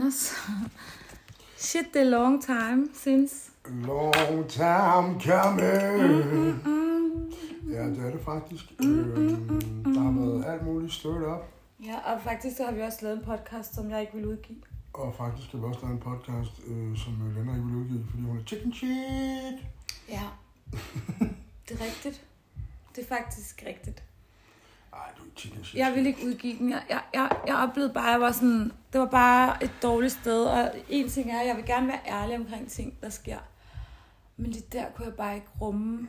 Anders. Shit, det er long time since. Long time coming. Ja, det er det faktisk. Der har været alt muligt stødt op. Ja, og faktisk så har vi også lavet en podcast, som jeg ikke vil udgive. Og faktisk har vi også lavet en podcast, som Lena ikke vil udgive, fordi hun er chicken shit. Ja, det er rigtigt. Det er faktisk rigtigt. Ej, du er chicken shit. Jeg vil ikke udgive den. Jeg oplevede bare, jeg var sådan, det var bare et dårligt sted. Og en ting er, jeg vil gerne være ærlig omkring ting, der sker. Men det der kunne jeg bare ikke rumme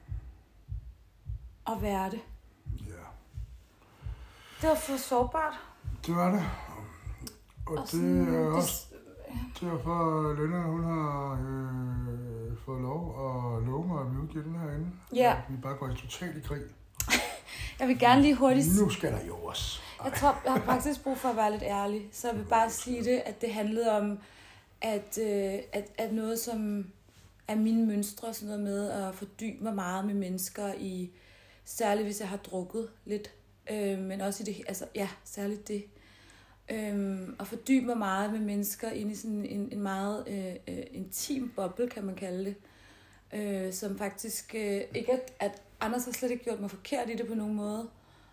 at være det. Ja. Det var for sårbart. Det var det. Og det er også derfor, Lena, hun har fået lov at love mig, at vi udgiver den herinde. Ja. Og vi bare går totalt i krig. Jeg vil gerne lige hurtigt... Nu skal der jordres. Jeg tror, jeg har faktisk brug for at være lidt ærlig. Så jeg vil bare sige det, at det handlede om, at noget, som er mine mønstre, sådan noget med at fordybe mig meget med mennesker, i særligt hvis jeg har drukket lidt, men også i det, altså ja, særligt det. Og fordybe mig meget med mennesker ind i sådan en meget intim boble, kan man kalde det. Som faktisk ikke at Anders har slet ikke gjort mig forkert i det på nogen måde.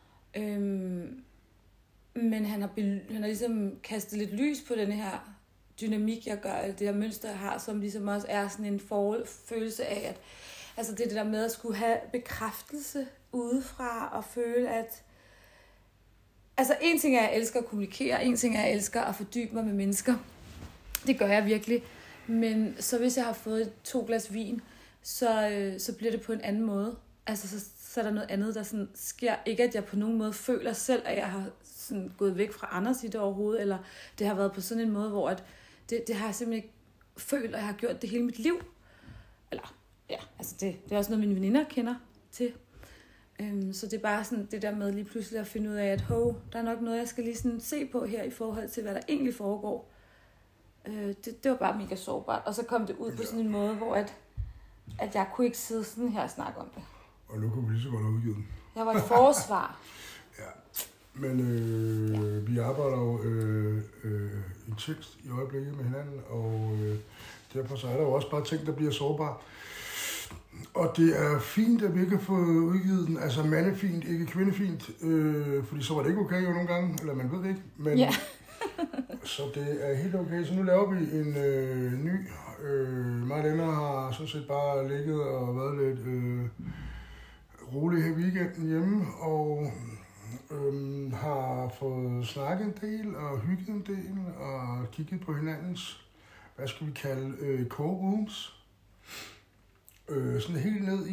Men han har ligesom kastet lidt lys på den her dynamik, jeg gør, det her mønster, jeg har, som ligesom også er sådan en følelse af, at altså det der med at skulle have bekræftelse udefra, og føle, at altså en ting er, at jeg elsker at kommunikere, en ting er, at jeg elsker at fordybe mig med mennesker. Det gør jeg virkelig. Men så hvis jeg har fået 2 glas vin, så bliver det på en anden måde. Altså så er der noget andet, der sådan sker. Ikke at jeg på nogen måde føler selv, at jeg har sådan gået væk fra Anders i det overhovedet, eller det har været på sådan en måde, hvor at det har jeg simpelthen ikke følt, at jeg har gjort det hele mit liv. Eller ja, altså det er også noget, mine veninder kender til. Så det er bare sådan det der med lige pludselig at finde ud af, at der er nok noget, jeg skal lige sådan se på her i forhold til, hvad der egentlig foregår. Det var bare mega sårbart. Og så kom det ud på sådan en måde, hvor at jeg kunne ikke sidde sådan her og snakke om det. Og nu kunne vi lige så godt have udgivet den. Jeg var et forsvar. Ja, men vi arbejder jo intenst i øjeblikket med hinanden, og derfor så er der jo også bare ting, der bliver sårbare. Og det er fint, at vi ikke har fået udgivet den, altså mandefint, ikke kvindefint, fordi så var det ikke okay jo nogle gange, eller man ved det ikke, men ja. Så det er helt okay. Så nu laver vi en ny. Mig og Lena har sådan set bare ligget og været lidt rolig her weekenden hjemme, og har fået snakket en del og hygget en del og kigget på hinandens, hvad skal vi kalde, core wounds. Sådan helt ned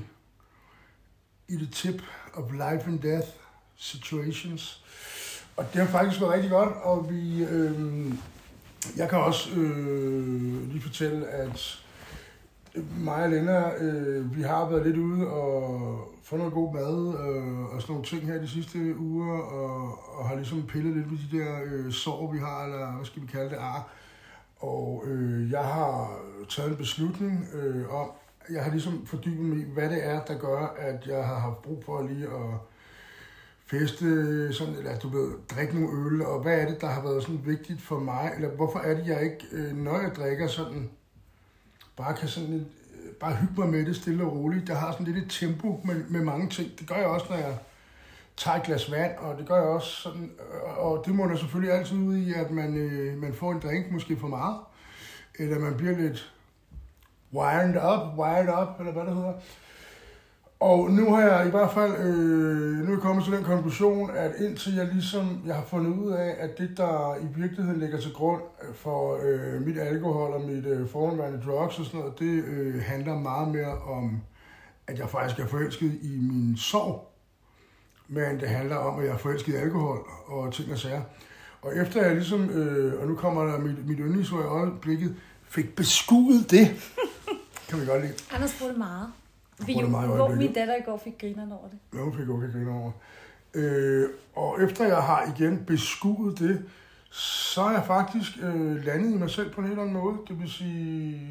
i the tip of life and death situations. Og det har faktisk været rigtig godt, og jeg kan også lige fortælle, at mig og Lena, vi har været lidt ude og få noget god mad og sådan nogle ting her de sidste uger, og har ligesom pillet lidt ved de der sår, vi har, eller hvad skal vi kalde det, Og jeg har taget en beslutning om, jeg har ligesom fordybet mig i, hvad det er, der gør, at jeg har haft brug for lige at feste, sådan, eller du ved, drikke nogle øl, og hvad er det, der har været sådan vigtigt for mig, eller hvorfor er det, jeg ikke, når jeg drikker sådan, bare kan sådan lidt, bare hygge mig med det stille og roligt. Jeg har sådan lidt et tempo med mange ting. Det gør jeg også, når jeg tager et glas vand, og det gør jeg også sådan, og det må der selvfølgelig altid ud i, at man får en drink, måske for meget, eller man bliver lidt wired up, eller hvad det hedder. Og nu har jeg i hvert fald nu er jeg kommet til den konklusion, at indtil jeg har fundet ud af, at det, der i virkeligheden ligger til grund for mit alkohol og mit forhåndværende drugs og sådan noget, det handler meget mere om, at jeg faktisk er forelsket i min sorg, men det handler om, at jeg er forelsket i alkohol og ting og sager. Og efter jeg ligesom, og nu kommer der mit yndlingsord i øjeblikket, fik beskuet det, kan vi godt lide. Anders bruger det meget. Hvor min datter i går fik grinerne over det. Ja, hun fik okay griner over. Og efter jeg har igen beskuet det, så er jeg faktisk landet i mig selv på en helt anden måde. Det vil sige,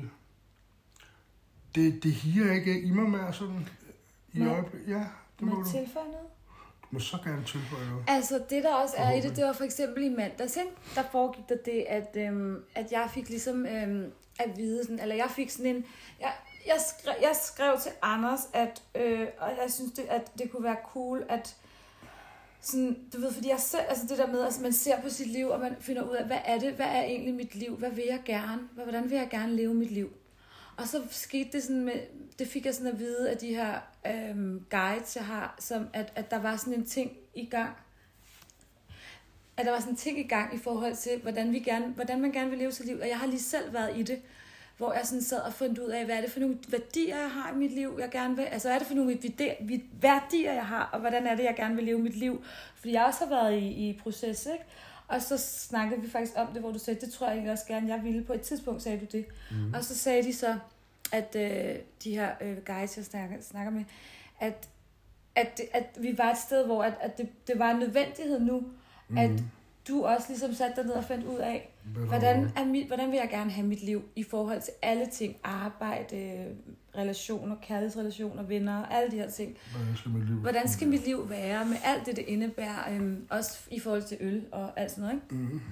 det higer ikke i mig mere sådan i øjeblikket. Ja, det må du. Tilføje noget? Du må så gerne tilføje noget. Altså, det der også er i det var for eksempel i mandags, ikke? Der foregik der det, at jeg fik ligesom at vide, sådan, eller jeg fik sådan en... Jeg skrev til Anders, og jeg synes, at det kunne være cool, at sådan, du ved, fordi jeg selv, altså det der med, altså man ser på sit liv, og man finder ud af, hvad er egentlig mit liv? Hvad vil jeg gerne? Hvordan vil jeg gerne leve mit liv? Og så skete det sådan det fik jeg sådan at vide af de her guides, jeg har, som at der var sådan en ting i gang. At der var sådan en ting i gang i forhold til, hvordan man gerne vil leve sit liv. Og jeg har lige selv været i det, hvor jeg sådan sad og fundet ud af, hvad er det for nogle værdier, jeg har i mit liv, jeg gerne vil. Altså, hvad er det for nogle værdier, jeg har, og hvordan er det, jeg gerne vil leve mit liv. Fordi jeg også har været i proces, ikke? Og så snakkede vi faktisk om det, hvor du sagde, det tror jeg egentlig også gerne, jeg ville. På et tidspunkt sagde du det. Mm. Og så sagde de så, at de her guides, jeg snakker med, at vi var et sted, hvor at det var en nødvendighed nu, at du også ligesom satte dig ned og fandt ud af, hvordan vil jeg gerne have mit liv i forhold til alle ting, arbejde, relationer, kærlighedsrelationer, venner, alle de her ting. Hvordan skal mit liv være med alt det indebærer, også i forhold til øl og alt sådan noget, ikke? Mm.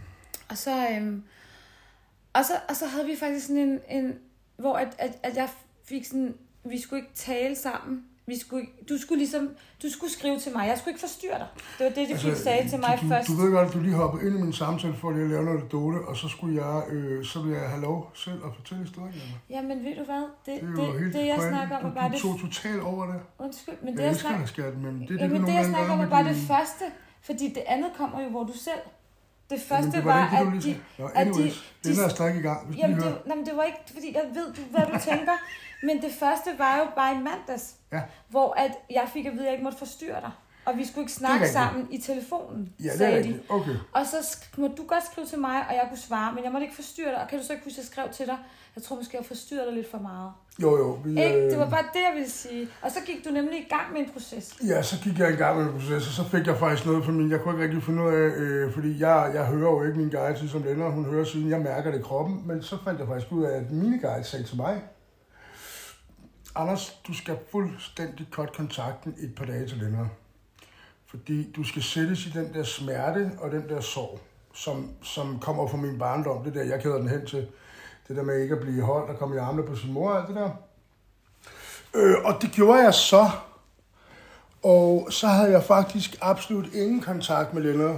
Og så havde vi faktisk sådan en hvor at jeg fik sådan, vi skulle ikke tale sammen. Du skulle skrive til mig. Jeg skulle ikke forstyrre dig. Det var det, de sagde til mig først. Du ved godt, at du lige hoppede ind i min samtale for lige at lave noget dåle, og så skulle jeg, så ville jeg have lov selv at fortælle historien. Jamen ved du hvad? Det jeg snakker om er bare det. Du tog totalt over det. Undskyld, men det jeg snakker jeg snakker om er bare det første, fordi det andet kommer jo, hvor du selv. Det første var, at de... Den er stadig i gang. Jamen, det var ikke, fordi jeg ved, hvad du tænker. Men det første var jo bare i mandags, hvor at jeg fik at vide, at jeg ikke måtte forstyrre dig. Og vi skulle ikke snakke sammen i telefonen, sagde de. Okay. Og så må du godt skrive til mig, og jeg kunne svare, men jeg måtte ikke forstyrre dig. Og kan du så ikke huske, at jeg skrev til dig? Jeg tror måske, jeg forstyrrede dig lidt for meget. Jo. Det var bare det, jeg ville sige. Og så gik du nemlig i gang med en proces. Ja, så gik jeg i gang med en proces, og så fik jeg faktisk noget for min... Jeg kunne ikke rigtig finde ud af, fordi jeg hører jo ikke min guide, som Lennart, hun hører siden, jeg mærker det i kroppen. Men så fandt jeg faktisk ud af, at mine guide sagde til mig, Anders, du skal fuldstændig cut kontakten et par dage til Lennart. Fordi du skal sættes i den der smerte og den der sorg, som kommer fra min barndom. Det der, jeg kender den hen til. Det der med ikke at blive holdt og komme i armene på sin mor og alt det der. Og det gjorde jeg så. Og så havde jeg faktisk absolut ingen kontakt med Lennart.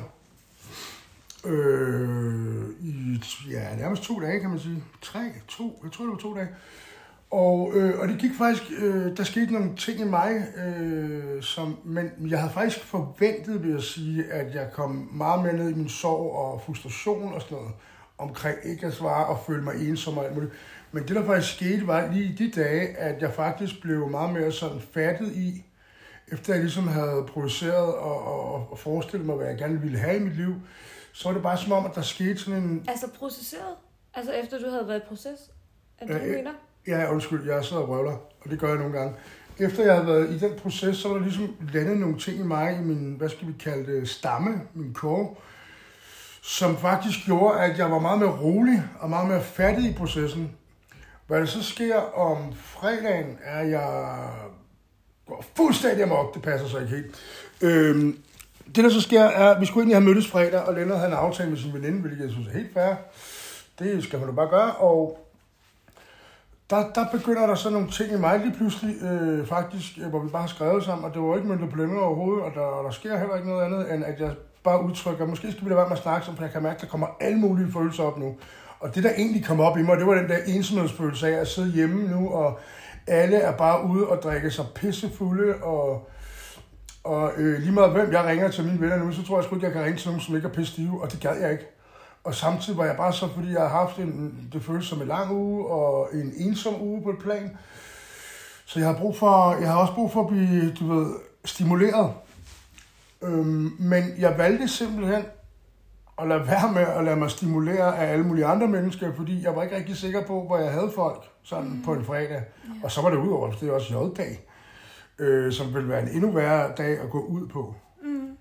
I nærmest 2 dage, kan man sige. Jeg tror det var 2 dage. Og det gik faktisk, der skete nogle ting i mig, men jeg havde faktisk forventet, vil jeg sige, at jeg kom meget mere ned i min sorg og frustration og sådan noget, omkring ikke at svare og føle mig ensom og alt muligt. Men det, der faktisk skete, var lige i de dage, at jeg faktisk blev meget mere sådan fattet i, efter jeg ligesom havde produceret og forestillet mig, hvad jeg gerne ville have i mit liv, så var det bare som om, at der skete sådan en... Altså processeret? Altså efter du havde været i proces? Er det, du mener? Ja, undskyld, jeg sidder og røvler, og det gør jeg nogle gange. Efter jeg havde været i den proces, så var der ligesom landet nogle ting i mig, i min, hvad skal vi kalde det, stamme, min core, som faktisk gjorde, at jeg var meget mere rolig og meget mere fattig i processen. Hvad der så sker om fredagen, er jeg går fuldstændig amok, det passer så ikke helt. Det der så sker, er, at vi skulle egentlig have mødtes fredag, og Lennart havde en aftale med sin veninde, hvilket jeg synes er helt fair. Det skal man jo bare gøre, og der begynder der så nogle ting i mig lige pludselig, faktisk, hvor vi bare har skrevet sammen, og det var ikke møntet på Lennart overhovedet, og der sker heller ikke noget andet, end at jeg bare udtrykker, måske skal vi da være med at snakke sammen, for jeg kan mærke, at der kommer alle mulige følelser op nu. Og det, der egentlig kom op i mig, det var den der ensomhedsfølelse af at sidde hjemme nu, og alle er bare ude og drikke sig pissefulde, og lige meget hvem jeg ringer til mine venner nu, så tror jeg sgu ikke, jeg kan ringe til nogen, som ikke er pissestive, og det gad jeg ikke. Og samtidig var jeg bare så, fordi jeg har haft det føles som en lang uge, og en ensom uge på et plan. Så jeg har også brug for at blive, stimuleret. Men jeg valgte simpelthen at lade være med at lade mig stimulere af alle mulige andre mennesker, fordi jeg var ikke rigtig sikker på, hvor jeg havde folk sådan på en fredag. Yeah. Og så var det udover, det er også J-dag, som ville være en endnu værre dag at gå ud på. Mm.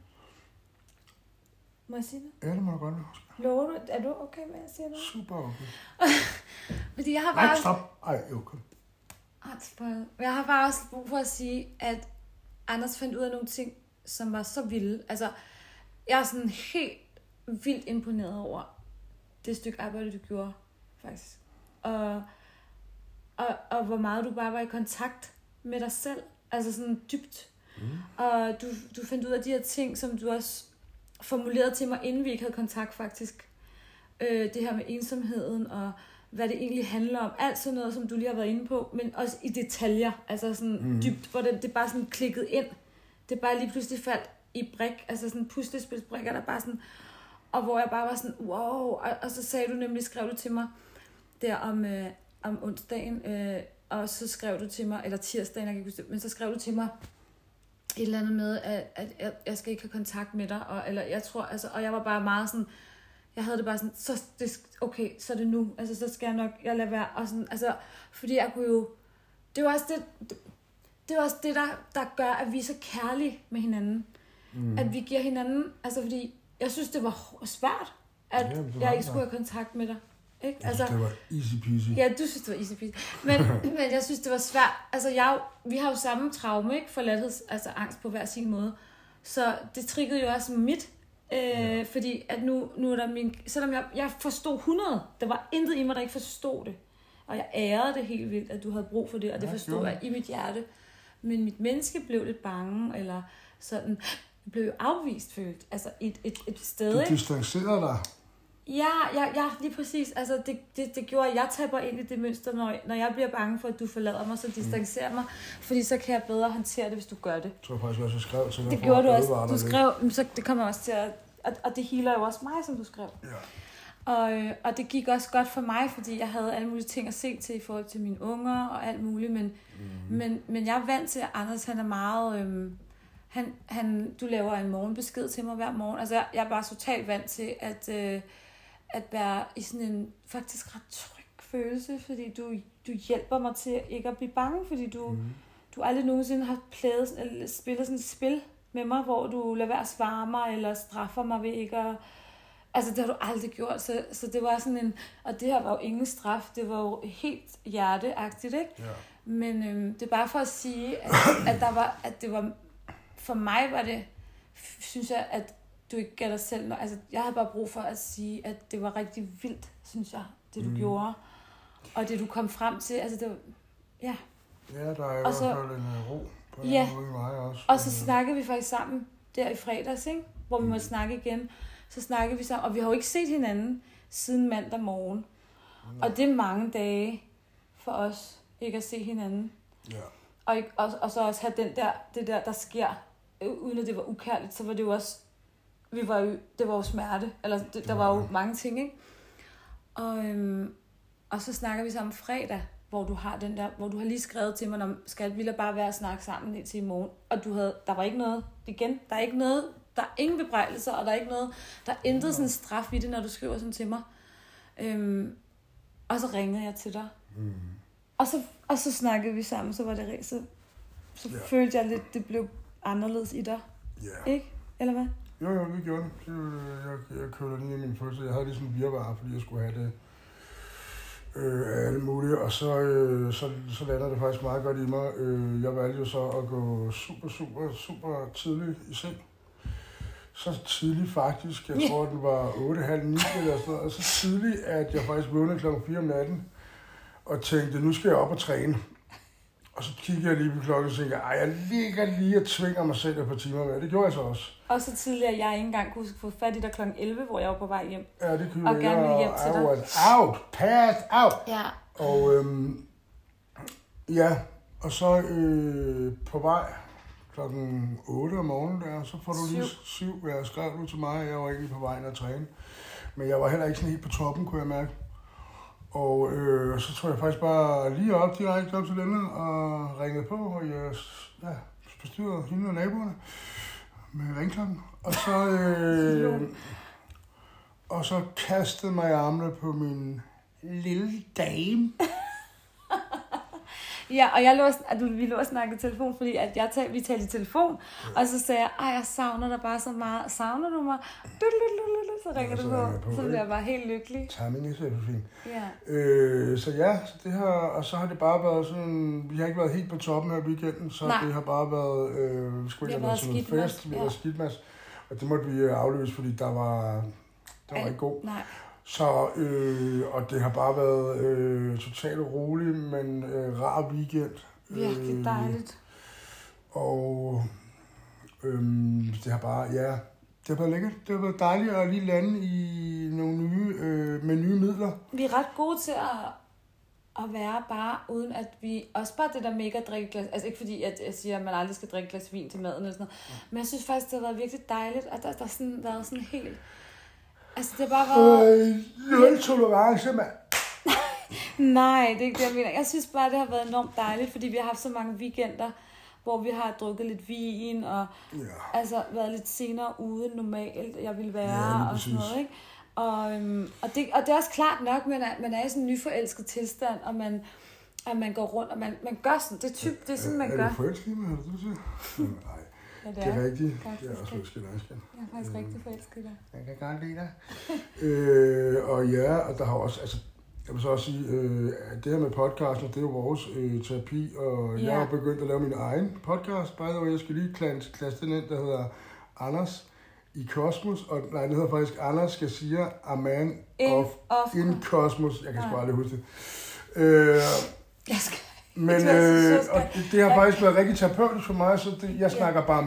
Må jeg sige det? Ja, det må jeg godt. Lover du? Er du okay med at sige det? Super okay. Fordi jeg har bare... Nej, stop. Ej, okay. Jeg har bare også brug for at sige, at Anders fandt ud af nogle ting som var så vilde. Altså, jeg er sådan helt vildt imponeret over det stykke arbejde, du gjorde, faktisk. Og hvor meget du bare var i kontakt med dig selv. Altså sådan dybt. Og du fandt ud af de her ting, som du også formulerede til mig, inden vi ikke havde kontakt, faktisk. Det her med ensomheden, og hvad det egentlig handler om. Alt sådan noget, som du lige har været inde på, men også i detaljer. Altså sådan dybt, hvor det bare sådan klikket ind. Det bare lige pludselig faldt i brik. Altså sådan puslespilsbrikker, der bare sådan... Og hvor jeg bare var sådan, wow. Og så sagde du nemlig, skrev du til mig der om onsdagen, og så skrev du til mig, eller tirsdagen, jeg kan ikke huske det, men så skrev du til mig et eller andet med, at jeg skal ikke have kontakt med dig, eller jeg tror, altså, og jeg var bare meget sådan, jeg havde det bare sådan, okay, så er det nu, altså så skal jeg lade være, og sådan, altså, fordi jeg kunne jo, det var også det, der gør, at vi er så kærlige med hinanden, at vi giver hinanden, altså fordi, jeg synes, det var svært, at jeg ikke skulle have kontakt med dig. Ikke? Jeg synes, det var easy peasy. Ja, du synes, det var easy peasy. Men jeg synes, det var svært. Altså, vi har jo samme traume, ikke? Forladtheds, altså angst på hver sin måde. Så det triggede jo også mit. Fordi at nu er der selvom jeg forstod 100, der var intet i mig, der ikke forstod det. Og jeg ærede det helt vildt, at du havde brug for det, og det forstod jeg i mit hjerte. Men mit menneske blev lidt bange, eller sådan... Jeg blev jo afvist følt, altså et sted, du distancerede dig? Ja, lige præcis. Altså, det gjorde, at jeg taber ind i det mønster, når jeg bliver bange for, at du forlader mig, så distancerer mig, fordi så kan jeg bedre håndtere det, hvis du gør det. Jeg tror faktisk også, jeg skrev til dig. Det gjorde du også. Du skrev, så det kommer også til at... Og det healer jo også mig, som du skrev. Ja. Og det gik også godt for mig, fordi jeg havde alle mulige ting at se til i forhold til mine unger og alt muligt, men jeg er vant til, at Anders, han er meget... du laver en morgenbesked til mig hver morgen. Altså, jeg er bare totalt vant til at være i sådan en faktisk ret tryg følelse, fordi du hjælper mig til ikke at blive bange, fordi du aldrig nogensinde har spillet sådan et spil med mig, hvor du lader være at svare mig, eller straffer mig ved ikke at... Altså, det har du aldrig gjort, så det var sådan en... Og det her var jo ingen straf, det var jo helt hjerteagtigt, ikke? Ja. Men det er bare for at sige, at det var... For mig var det, synes jeg, at du ikke gav dig selv... Altså, jeg havde bare brug for at sige, at det var rigtig vildt, synes jeg, det du gjorde. Og det du kom frem til, altså det var... Ja. Ja, der er jo også en ro på den måde i mig også. Og så snakkede vi faktisk sammen der i fredags, ikke? Hvor vi måtte snakke igen. Så snakkede vi sammen, og vi har jo ikke set hinanden siden mandag morgen. Og det er mange dage for os ikke at se hinanden. Ja. Og så også have det der sker, uden at det var ukærligt, så var det jo også, det var jo smerte, eller der var jo mange ting, ikke? Og så snakker vi sammen fredag, hvor du har lige skrevet til mig, om skal vi bare være at snakke sammen indtil i morgen, og der var ikke noget, igen, der er ikke noget, der er ingen bebrejdelser, og der er ikke noget, der er intet sådan straf i det, når du skriver sådan til mig. Og så ringede jeg til dig. Og så snakkede vi sammen, så var det så følte jeg lidt, det blev anderledes i dig. Ja. Ikke? Eller hvad? Jo, vi gjorde det. Jeg købte den i min følelse. Jeg havde lige sådan en virvar, fordi jeg skulle have det alt muligt. Og så lander det faktisk meget godt i mig. Jeg valgte jo så at gå super tidligt i seng. Så tidligt faktisk. Jeg tror, den var 8:30, 9 eller sådan noget. Og så tidligt, at jeg faktisk vågnede klokken 4 om natten. Og tænkte, nu skal jeg op og træne. Og så kiggede jeg lige på klokken og tænkte, jeg ligger lige og tvinger mig selv et par timer med. Det gjorde jeg så også. Og så tidligere, at jeg ikke engang kunne få fat i dig klokken 11, hvor jeg var på vej hjem. Ja, det kunne og gerne ville hjem til dig. I was passed out. Ja. Og og så på vej klokken 8 om morgenen der, så får du lige 7. Jeg skrev du til mig, jeg var egentlig på vejen at træne. Men jeg var heller ikke sådan helt på toppen, kunne jeg mærke. Og så tog jeg faktisk bare lige op direkte op til denne og ringede på, og jeg forstyrrede hende og naboerne med ringklokken. Og så kastede mig i armene på min lille dame. Ja, og vi lå og snakkede i telefon, fordi at vi talte i telefon, og så sagde jeg savner dig bare så meget. Savner du mig? Så ringer du på. Så bliver jeg bare helt lykkelig. Timing er så fint. Ja. Så det her, og så har det bare været sådan, vi har ikke været helt på toppen her weekenden, så det har bare været, vi har været sådan en fest, vi har været skidmas, og det måtte vi afløse, fordi der var ikke god. Nej. Så, og det har bare været totalt rolig, men rar weekend. Virkelig dejligt. Og det har bare, det har været lækkert. Det har været dejligt at lige lande i nogle med nye midler. Vi er ret gode til at være bare, uden at vi... Også bare det der mega drikkeglas... Altså ikke fordi, at jeg siger, at man aldrig skal drikke glas vin til maden eller sådan noget. Men jeg synes faktisk, det har været virkelig dejligt, at der har sådan været sådan helt... Altså det har bare været... Nul tolerance, mand. Nej, det er ikke det, jeg mener. Jeg synes bare, det har været enormt dejligt, fordi vi har haft så mange weekender, hvor vi har drukket lidt vin, og altså været lidt senere ude end normalt, jeg ville være, og sådan noget, ikke? Og det er også klart nok, at man er i sådan en nyforelsket tilstand, og man går rundt, og man gør sådan. Det er sådan, man gør. Er du forelsket i mig, har du siger? Nej. Ja, det er rigtigt. Jeg er også forelsket i dig, Skan. Jeg er faktisk rigtig forelsket i dig. Jeg kan godt lide dig. Og der har også, altså, jeg vil så også sige, at det her med podcasten, det er jo vores terapi, og jeg har begyndt at lave min egen podcast, by the way. Jeg skal lige klasse den ind, der hedder Anders i Kosmos, og nej, det hedder faktisk Anders skal sige A Man in Cosmos. Jeg kan sgu aldrig huske det. Men det har faktisk været rigtig terapeutisk for mig, så jeg snakker bare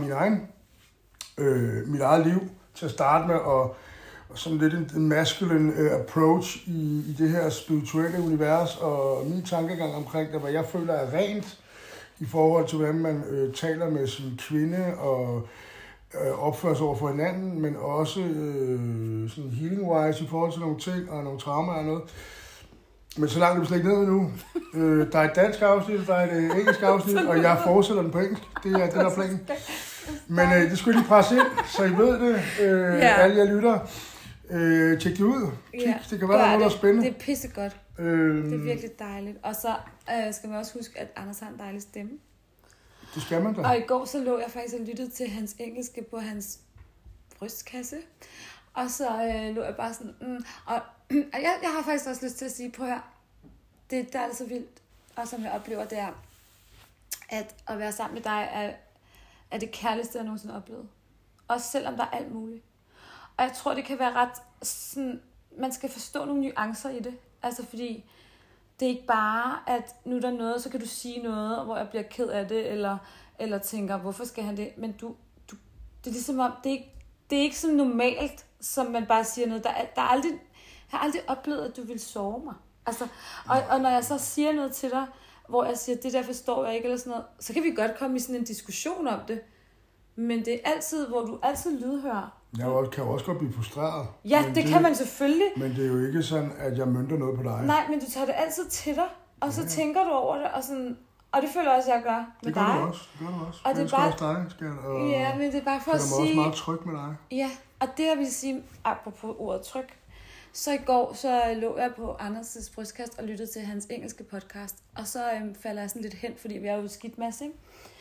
mit eget liv til at starte med, og som lidt en masculine approach i det her spirituelle univers, og min tankegang omkring det, hvad jeg føler er rent i forhold til, hvordan man taler med sin kvinde, og opfører sig over for hinanden, men også sådan healing-wise i forhold til nogle ting, og nogle traumer og noget. Men så langt er vi slet ikke ned nu. Der er et dansk afsnit, der er et engelsk afsnit, og jeg fortsætter den på engelsk. Det er den der planen. Men det skulle lige presse ind, så I ved det. Alle jer lytter. Tjek det ud. Det kan være, der er noget spændende. Det er pissegodt. Det er virkelig dejligt. Og så skal man også huske, at Anders har en dejlig stemme. Det skal man da. Og i går så lå jeg faktisk og lyttede til hans engelske på hans brystkasse. Og så lå jeg bare sådan... Og jeg har faktisk også lyst til at sige, prøv her, det der er så vildt, og som jeg oplever, det er, at være sammen med dig er det kærligste, jeg nogensinde har oplevet. Også selvom der er alt muligt. Og jeg tror, det kan være ret sådan, man skal forstå nogle nuancer i det. Altså fordi, det er ikke bare, at nu er der noget, så kan du sige noget, hvor jeg bliver ked af det, eller tænker, hvorfor skal han det? Men det er ligesom om, det er ikke så normalt, som man bare siger noget. Jeg har aldrig oplevet, at du vil sove mig. Altså, og når jeg så siger noget til dig, hvor jeg siger, det der forstår jeg ikke, eller sådan noget, så kan vi godt komme i sådan en diskussion om det. Men det er altid, hvor du altid lydhører. Jeg kan også godt blive frustreret. Ja, det kan man selvfølgelig. Men det er jo ikke sådan, at jeg mønter noget på dig. Nej, men du tager det altid til dig, og så tænker du over det, og sådan... Og det føler jeg også, jeg gør med dig. Det gør du også. Og det er bare... også dig, Skat. Ja, men det er bare for at sige... Jeg er også meget tryg med dig. Ja, og det jeg vil sige, apropos ordet tryg, så i går, så lå jeg på Anders' brystkast og lyttede til hans engelske podcast, og så falder jeg sådan lidt hen, fordi vi er jo skidt masse, ikke?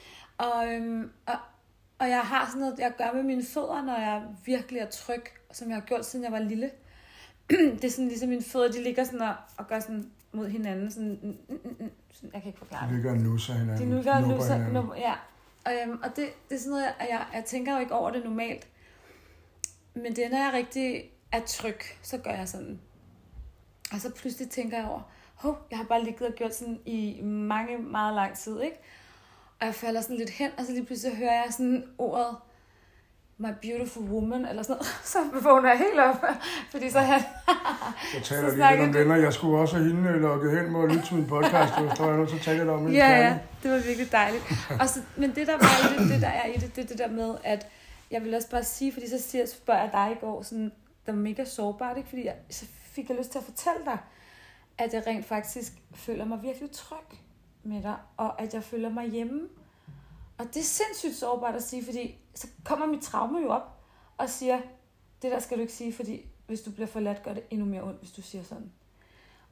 Og jeg har sådan noget, jeg gør med mine fødder, når jeg virkelig er tryg, som jeg har gjort, siden jeg var lille. Det er sådan ligesom mine fødder, de ligger sådan og gør sådan mod hinanden, sådan, jeg kan ikke forklare det. De ligger og nusser hinanden. De ligger og nusser, ja. Og det er sådan noget, jeg tænker jo ikke over det normalt. Men det, når jeg rigtig er tryg, så gør jeg sådan. Og så pludselig tænker jeg over, jeg har bare ligget og gjort sådan i meget lang tid, ikke? Og jeg falder sådan lidt hen, og så lige pludselig hører jeg sådan ordet, my beautiful woman, eller sådan noget. Så vågner jeg helt op, fordi så han... Jeg taler lige lidt om venner. Jeg skulle også have hende lukket hen med at lytte til min podcast, så taler jeg om min ja, det var virkelig dejligt. Og så, men det der var i det der er i det, det der med, at jeg vil også bare sige, fordi så spørger jeg dig i går, sådan, det var mega sårbart, ikke? Fordi så fik jeg lyst til at fortælle dig, at jeg rent faktisk føler mig virkelig tryg med dig, og at jeg føler mig hjemme. Og det er sindssygt sårbart at sige, fordi så kommer mit traume jo op og siger, det der skal du ikke sige, fordi hvis du bliver forladt, gør det endnu mere ondt, hvis du siger sådan.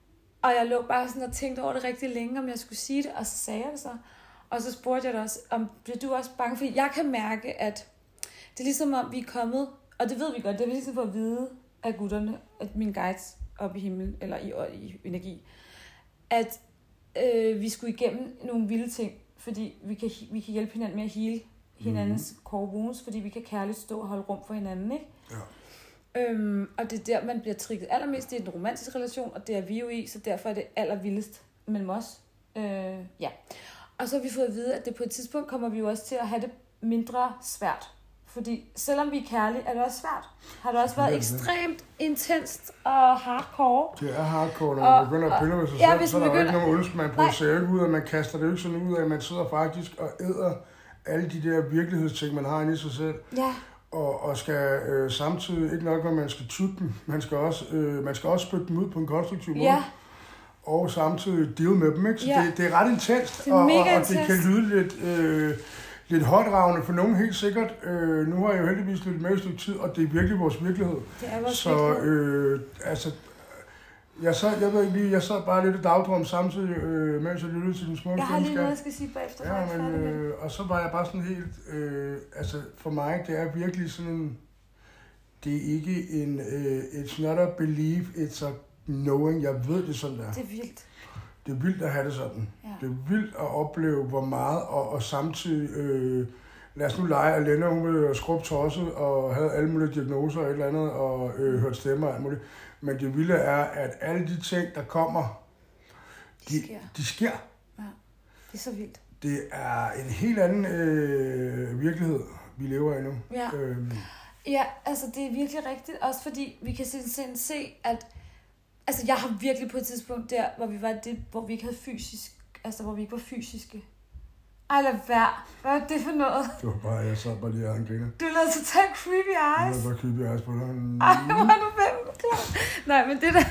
Og jeg lå bare sådan og tænkte over det rigtig længe, om jeg skulle sige det, og så sagde jeg det så. Og så spurgte jeg dig også, om bliver du også bange? Fordi jeg kan mærke, at det er ligesom om vi er kommet, og det ved vi godt, det er ligesom for at vide af gutterne, at mine guides oppe i himlen, eller i energi, at vi skulle igennem nogle vilde ting, fordi vi kan hjælpe hinanden med at heale hinandens core wounds, fordi vi kan kærligt stå og holde rum for hinanden, ikke? Ja. Og det er der, man bliver trigget allermest i en romantisk relation, og det er vi jo i, så derfor er det allervildest mellem os. Ja. Og så har vi fået at vide, at det på et tidspunkt kommer vi jo også til at have det mindre svært. Fordi selvom vi er kærlige, er det også svært. Har det også været ekstremt intenst og hardcore. Det er hardcore, når man begynder at pille med sig selv, så er der jo ikke nogen ønske, man producerer ikke ud af, man kaster det jo ikke sådan ud af, at man sidder faktisk og æder alle de der virkelighedsting, man har inde i sig selv. Ja. Og skal samtidig ikke nok, at man skal tykke dem, man skal også spytte dem ud på en konstruktiv måde. Ja. Og samtidig deal med dem, ikke? Så det er ret intenst, og det kan lyde lidt højdragende for nogen helt sikkert. Nu har jeg jo heldigvis lidt med et stykke tid, og det er virkelig vores virkelighed. Det er vores virkelighed. Altså, jeg sad bare lidt og dagdrømte samtidig, mens jeg lyttede til den smukke. Jeg har lige noget, jeg skal sige bagefter. Ja, men, og så var jeg bare sådan helt, altså for mig, det er virkelig sådan, det er ikke en, it's not a belief, it's a knowing, jeg ved det sådan der. Det er vildt. Det er vildt at have det sådan. Ja. Det er vildt at opleve, hvor meget, og samtidig, lad os nu lege, at Lena, hun ville skrubbe tosset, og havde alle mulige diagnoser og et eller andet, og hørte stemmer og alt muligt. Men det vilde er, at alle de ting, der kommer, de sker. Ja, det er så vildt. Det er en helt anden virkelighed, vi lever i nu. Ja. Ja, altså det er virkelig rigtigt, også fordi vi kan se, at altså jeg har virkelig på et tidspunkt der, hvor vi ikke havde fysisk, altså hvor vi ikke var fysiske. Ej, lad være. Hvad er det for noget? Det var bare, jeg sad bare lige og griner. Du lavede totalt creepy eyes. Jeg var bare creepy eyes på dig. Ej, hvor er du klar. Nej, men det der...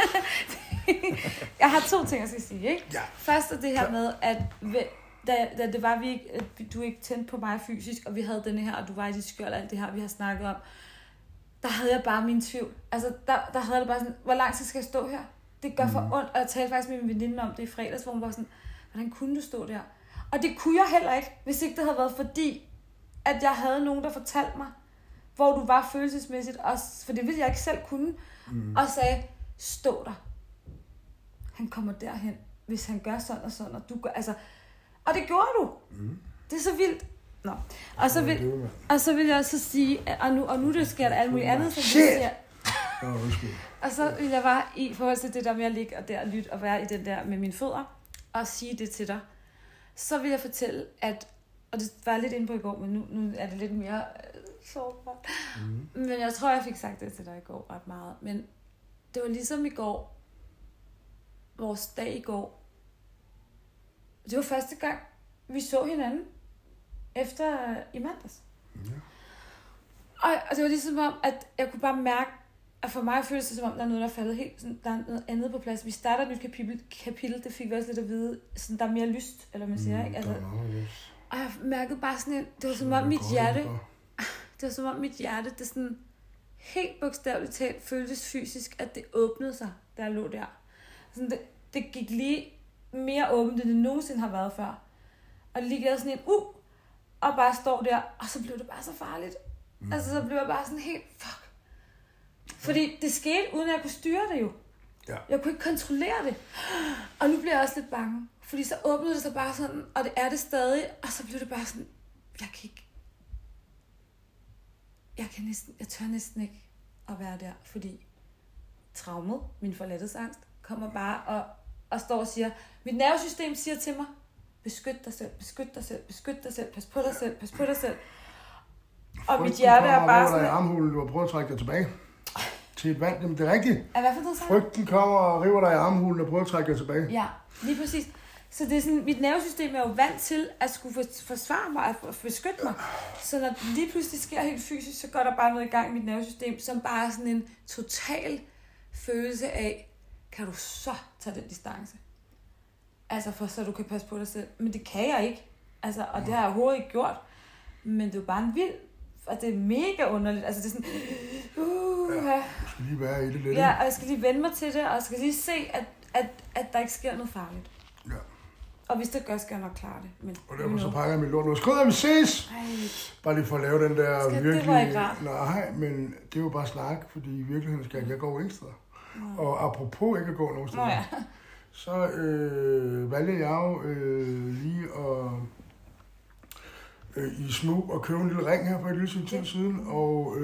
Jeg har 2 ting, jeg skal sige, ikke? Ja. Først er det her med, at da det var, du ikke tændte på mig fysisk, og vi havde denne her, og du var i dit skjold, alt det her, vi har snakket om, der havde jeg bare min tvivl. Altså, der havde det bare sådan, hvor lang tid skal jeg stå her? Det gør for ondt, og jeg talte faktisk med min veninde om det i fredags, hvor hun var sådan, hvordan kunne du stå der? Og det kunne jeg heller ikke, hvis ikke det havde været fordi, at jeg havde nogen, der fortalte mig, hvor du var følelsesmæssigt, også, for det ville jeg ikke selv kunne, og sagde, stå der. Han kommer derhen, hvis han gør sådan og sådan, og du gør, altså, og det gjorde du. Det er så vildt. Nå. Og så vil jeg også sige, og nu det sker der alt muligt andet, som du siger. Og så vil jeg bare i forhold til det der med at ligge og der og lytte og være i den der med mine fødder, og sige det til dig, så vil jeg fortælle, at, og det var lidt inde på i går, men nu er det lidt mere sårbart. Men jeg tror, jeg fik sagt det til dig i går ret meget. Men det var ligesom i går, vores dag i går, det var første gang, vi så hinanden efter i mandags. Ja. Og det var ligesom om, at jeg kunne bare mærke, at for mig føles det som om, der er noget, der er faldet helt, sådan, der er noget andet på plads. Vi starter et nyt kapitel, det fik vi også lidt at vide, sådan, der er mere lyst, eller man siger, ikke? Altså, og jeg mærkede bare sådan en, det var som om mit hjerte, det sådan helt bogstaveligt talt føltes fysisk, at det åbnede sig, da jeg lå der. Sådan, det gik lige mere åbent, end det nogensinde har været før. Og det ligger sådan en, og bare står der, og så blev det bare så farligt. Altså, så blev jeg bare sådan helt, fuck. Fordi det skete, uden at jeg kunne styre det jo. Ja. Jeg kunne ikke kontrollere det. Og nu bliver jeg også lidt bange. Fordi så åbnede det sig bare sådan, og det er det stadig, og så blev det bare sådan, jeg tør næsten ikke at være der, fordi traumet, min forladthedsangst, kommer bare og står og siger, mit nervesystem siger til mig, beskyt dig selv, beskyt dig selv, beskyt dig selv, pas på dig selv, pas på dig selv. Og mit hjerte er bare sådan... Armhulen, du har prøvet at trække dig tilbage til et vand. Jamen, det er rigtigt. Hvad for noget så? Frygten kommer og river dig i armhulen og prøver at trække dig tilbage. Ja, lige præcis. Så det er sådan, mit nervesystem er jo vant til at skulle forsvare mig og beskytte mig. Så når det lige pludselig sker helt fysisk, så går der bare noget i gang i mit nervesystem, som bare er sådan en total følelse af, kan du så tage den distance? Altså for så du kan passe på dig selv. Men det kan jeg ikke. Altså, og det har jeg overhovedet ikke gjort. Men det er jo bare en vild, og det er mega underligt. Altså det er sådan, ja, du skal lige være i det lidt. Ja, og jeg skal lige vende mig til det, og jeg skal lige se, at der ikke sker noget farligt. Ja. Og hvis det gør, skal jeg nok klare det. Men og derfor så pakker jeg mit lort. Skud, vi ses! Ej. Bare lige for at lave den der virkelig... Det var ikke rart. Nej, men det er jo bare snak, fordi i virkeligheden skal jeg gå ingen steder. Og apropos ikke at gå nogen steder, så valgte jeg jo lige at i smug og købe en lille ring her for et lille tid siden, og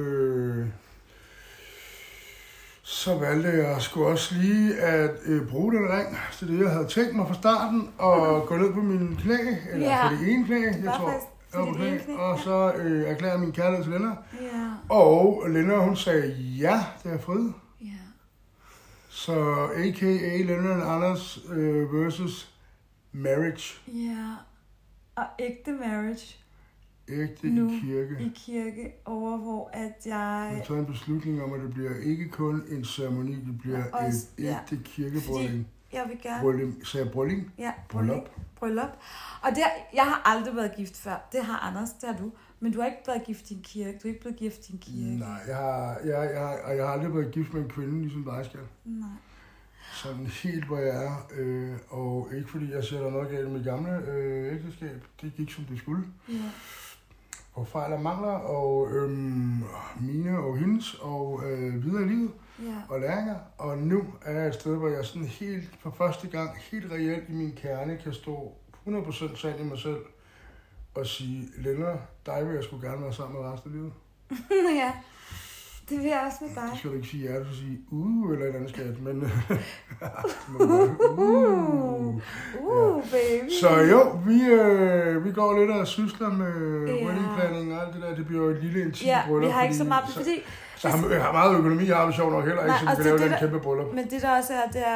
så valgte jeg sgu også lige at bruge den ring til det, jeg havde tænkt mig fra starten, og gå ned på mine knæ, eller på det ene knæ, jeg tror, på knæ, og så erklærede min kærlighed til Lennart. Ja. Og Lennart, hun sagde, ja, det er Fride. Ja. Så a.k.a. Lennart Anders versus marriage. Ja, og ægte marriage. Ægte nu i kirke. I kirke, over hvor at jeg... Jeg tager en beslutning om, at det bliver ikke kun en ceremoni, det bliver også, et ægte kirkebrylling. Jeg vil gerne... Sagde jeg brylling? Ja, Bryllup. Og jeg har aldrig været gift før. Det har Anders, det har du. Men du har ikke været gift i en kirke. Du er ikke blevet gift i en kirke. Nej, jeg har aldrig været gift med en kvinde, ligesom dig skal. Nej. Sådan helt, hvor jeg er. Og ikke fordi jeg siger, der er noget galt med mit gamle ægteskab. Det gik, som det skulle. Ja. Og fejl og mangler, og mine og hendes, og videre i livet, og læringer. Og nu er jeg et sted, hvor jeg sådan helt for første gang, helt reelt i min kerne, kan stå 100% sand i mig selv, og sige, Lennart, dig vil jeg sgu gerne være sammen med resten af livet. Ja, det vil jeg også med dig. Det skal du ikke sige ja, du skal sige, eller et eller andet skat, men... baby. Så jo, vi går lidt og sysler med weddingplanning og alt det der. Det bliver jo et lille intimt bryllup. Ja, vi har ikke så meget, fordi... Så har meget økonomi, har vi sjovt nok heller ikke, så vi kan lave den kæmpe bryllup. Men det der også er, det er,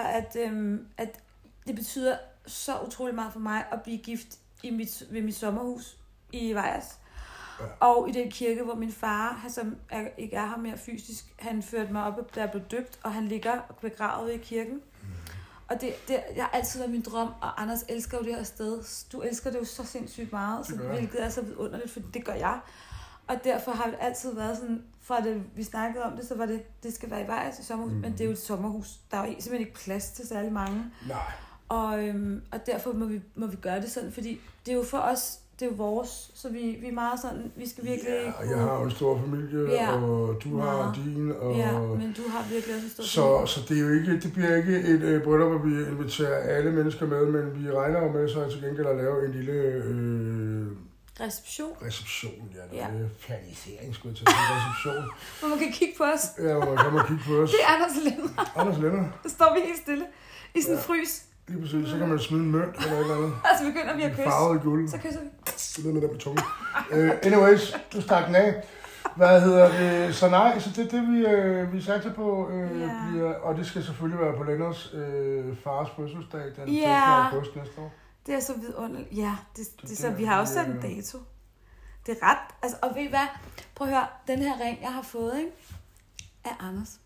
at det betyder så utrolig meget for mig at blive gift ved mit sommerhus i Vejers. Ja. Og i den kirke, hvor min far, som ikke er her mere fysisk, han førte mig op, da jeg blev døbt, og han ligger begravet i kirken. Og det jeg har altid været min drøm, og Anders elsker jo det her sted. Du elsker det jo så sindssygt meget, så, hvilket er så vidunderligt, for det gør jeg. Og derfor har det altid været sådan, fra det vi snakkede om det, så var det skal være i Vejers i sommerhus, men det er jo et sommerhus. Der er jo simpelthen ikke plads til særlig mange. Nej. Og derfor må vi gøre det sådan, fordi det er jo for os, det er jo vores, så vi er meget sådan, vi skal virkelig... Ja, og jeg har jo en stor familie, og du har din, og... Ja, men du har virkelig også en stor familie. Så det er jo ikke, det bliver ikke et bryllup, hvor vi inviterer alle mennesker med, men vi regner jo med så til gengæld at lave en lille... Reception, ja. Det er fanisering, skulle jeg tage. Reception. Hvor man kan kigge på os. Ja, hvor man kan kigge på os. Det er Anders Lennart. Der står vi helt stille i sådan en frys. Lige præcis, så kan man smide en mønt eller et eller andet. Og så begynder vi at kysse. Farvet guld. Så kysser vi. Det ved med den på tungen. Anyways, du stak den af. Hvad hedder det? Så nej, så det er det, vi satser på. Bliver, og det skal selvfølgelig være på Lennarts fars fødselsdag den 15. august næste år. Det er så vidunderligt. Ja, så vi har også sat en dato. Det er ret. Altså, og ved I hvad? Prøv at høre. Den her ring, jeg har fået, ikke? Af Anders.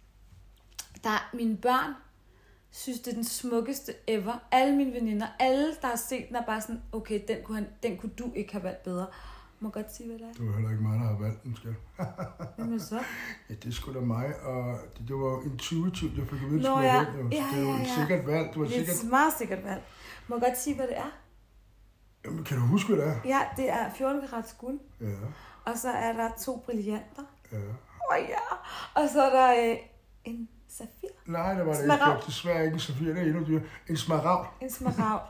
Mine børn synes, det er den smukkeste ever. Alle mine veninder, alle, der har set den, er bare sådan, okay, den kunne du ikke have valgt bedre. Må godt sige, hvad det er. Det var heller ikke mig, der har valgt den, skal. Hvem er så? Ja, det er sgu da mig, og det var jo intuitivt, jeg fik at vide, det er jo et sikkert valg. Det er et meget sikkert valg. Må godt sige, hvad det er? Jamen, kan du huske, hvad det er? Ja, det er 14 karats guld. Ja. Og så er der 2 brillanter. Ja. Og så er der en safir. Nej, det var det ikke. Det er desværre ikke en safir, det er endnu dyr. En smaragd. En smaragd.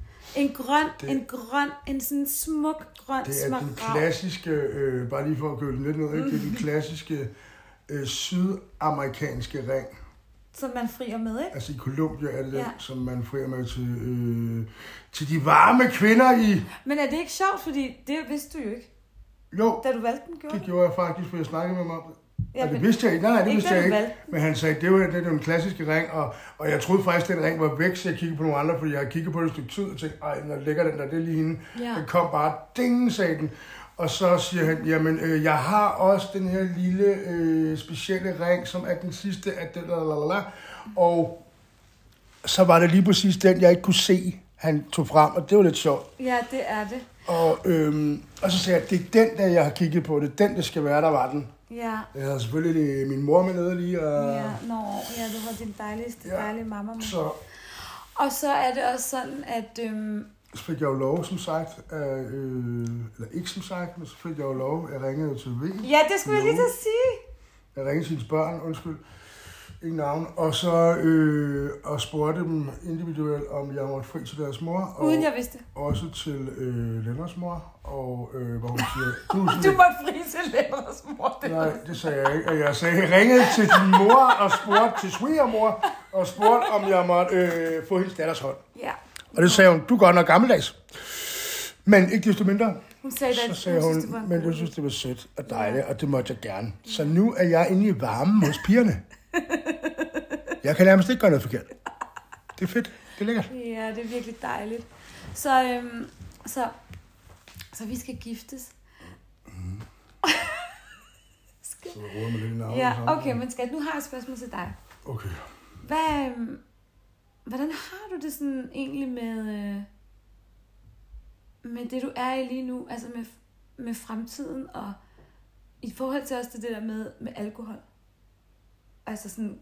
En sådan smuk grøn smaragd. Det er den klassiske, bare lige for at køle lidt ned, ikke? Det er den klassiske sydamerikanske ring. Som man frier med, ikke? Altså i Colombia er det den, som man frier med til de varme kvinder i... Men er det ikke sjovt, fordi det vidste du jo ikke? Jo, da du valgte den, det gjorde jeg faktisk, for jeg snakkede med mig om det. Ja, det vidste jeg ikke. Nej, det vidste jeg ikke. Men han sagde, det er den klassiske ring, og jeg troede faktisk, at den ring var væk, så jeg kiggede på nogle andre, fordi jeg har kigget på det et stykke tid og tænkte, ej, når ligger den der, det er lige hende. Ja. Den kom bare, ding, sagde den. Og så siger han, jamen, jeg har også den her lille specielle ring, som er den sidste af den, og så var det lige præcis den, jeg ikke kunne se, han tog frem, og det var lidt sjovt. Ja, det er det. Og så sagde jeg, det er den, der jeg har kigget på, det er den, der skal være, der var den. Ja. Jeg havde selvfølgelig min mor med nede lige. Og... Ja, du har din dejlige mamma med. Og så er det også sådan, at... Så fik jeg jo lov, som sagt, eller ikke som sagt, men så fik jeg jo lov, jeg ringede til V. Ja, det skulle jeg lige til at sige. Jeg ringede til hendes børn, undskyld, ingen navn, og så og spurgte dem individuelt, om jeg måtte fri til deres mor. Uden jeg vidste. Også til Lennarts mor, og hvor hun siger... Du måtte fri til Lennarts mor. Nej, det sagde jeg ikke. Jeg sagde, jeg ringede til din mor og spurgte til svigermor, og spurgte, om jeg måtte få hendes datters hånd. Ja. Og det sagde hun, du er godt nok gammeldags. Men ikke desto mindre. Hun sagde det, så sagde hun, men du synes, det var sødt og dejligt, og det måtte jeg gerne. Så nu er jeg inde i varmen hos pigerne. Jeg kan nærmest ikke gøre noget forkert. Det er fedt. Det er lækkert. Ja, det er virkelig dejligt. Så vi skal giftes. Så roder man lidt i navnet. Ja, okay, men skat, nu har jeg et spørgsmål til dig. Okay. Hvordan har du det sådan egentlig med det, du er i lige nu, altså med fremtiden, og i forhold til også det der med alkohol? Altså sådan...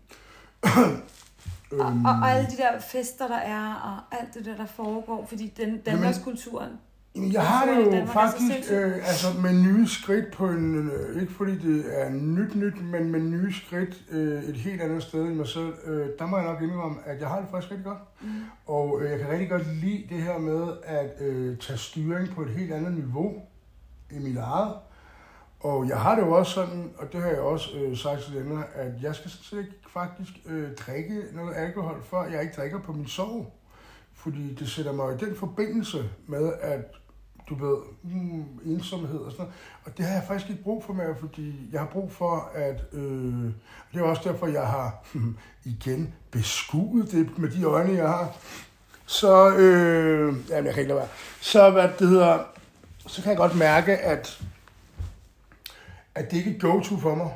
og alle de der fester, der er, og alt det der foregår, fordi Danmarkskulturen... Jeg har det jo faktisk altså med nye skridt på en... ikke fordi det er nyt, men med nye skridt et helt andet sted i mig selv. Der må jeg nok indrømme, at jeg har det faktisk rigtig godt. Og jeg kan rigtig godt lide det her med at tage styring på et helt andet niveau i mit eget. Og jeg har det jo også sådan, og det har jeg også sagt til dem, at jeg skal sådan set ikke faktisk drikke noget alkohol, før jeg ikke drikker på min sorg. Fordi det sætter mig i den forbindelse med, at du ved, ensomhed og sådan noget. Og det har jeg faktisk ikke brug for mere, fordi jeg har brug for at... det er også derfor, jeg har igen beskuet det med de øjne, jeg har. Så... jamen, jeg kan ikke lade være. Så, hvad det hedder... Så kan jeg godt mærke, at det ikke er go-to for mig.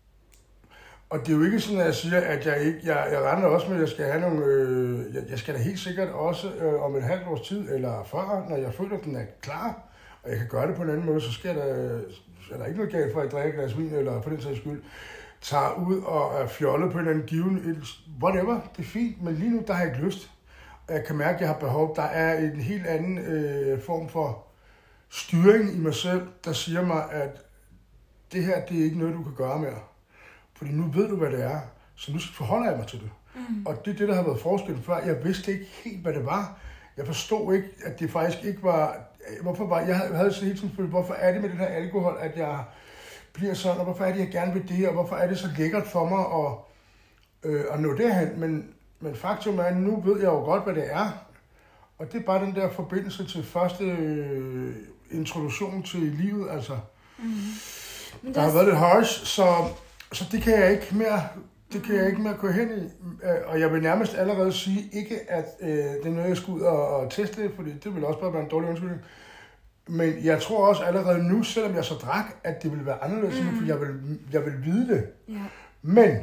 Og det er jo ikke sådan, at jeg siger, at jeg ikke... Jeg regner også med, at jeg skal have nogle... jeg skal da helt sikkert også om et halvt års tid, eller før, når jeg føler, at den er klar, og jeg kan gøre det på en anden måde, så skal er der ikke noget galt for, at jeg drikker et glas vin, eller for den sags skyld, tager ud og er fjollet på en eller anden given... Whatever, det er fint, men lige nu, der har jeg ikke lyst. Jeg kan mærke, at jeg har behov. Der er en helt anden form for styring i mig selv, der siger mig, at det her, det er ikke noget, du kan gøre mere. Fordi nu ved du, hvad det er, så nu forholder jeg mig til det. Og det er det, der har været forskellen før. Jeg vidste ikke helt, hvad det var. Jeg forstod ikke, at det faktisk ikke var... Jeg havde så hele tiden spurgt, hvorfor er det med det her alkohol, at jeg bliver sådan, og hvorfor er det, jeg gerne vil det, og hvorfor er det så lækkert for mig at nå derhen. Men faktum er, at nu ved jeg jo godt, hvad det er. Og det er bare den der forbindelse til første introduktion til livet, altså. Der har været lidt harsh, så det kan jeg ikke mere. Det kan jeg ikke mere gå hen i. Og jeg vil nærmest allerede sige, ikke at det er noget, jeg skal ud og teste, fordi det vil også bare være en dårlig undskyldning. Men jeg tror også allerede nu, selvom jeg så drak, at det ville være anderledes, for jeg vil vide det. Ja. Men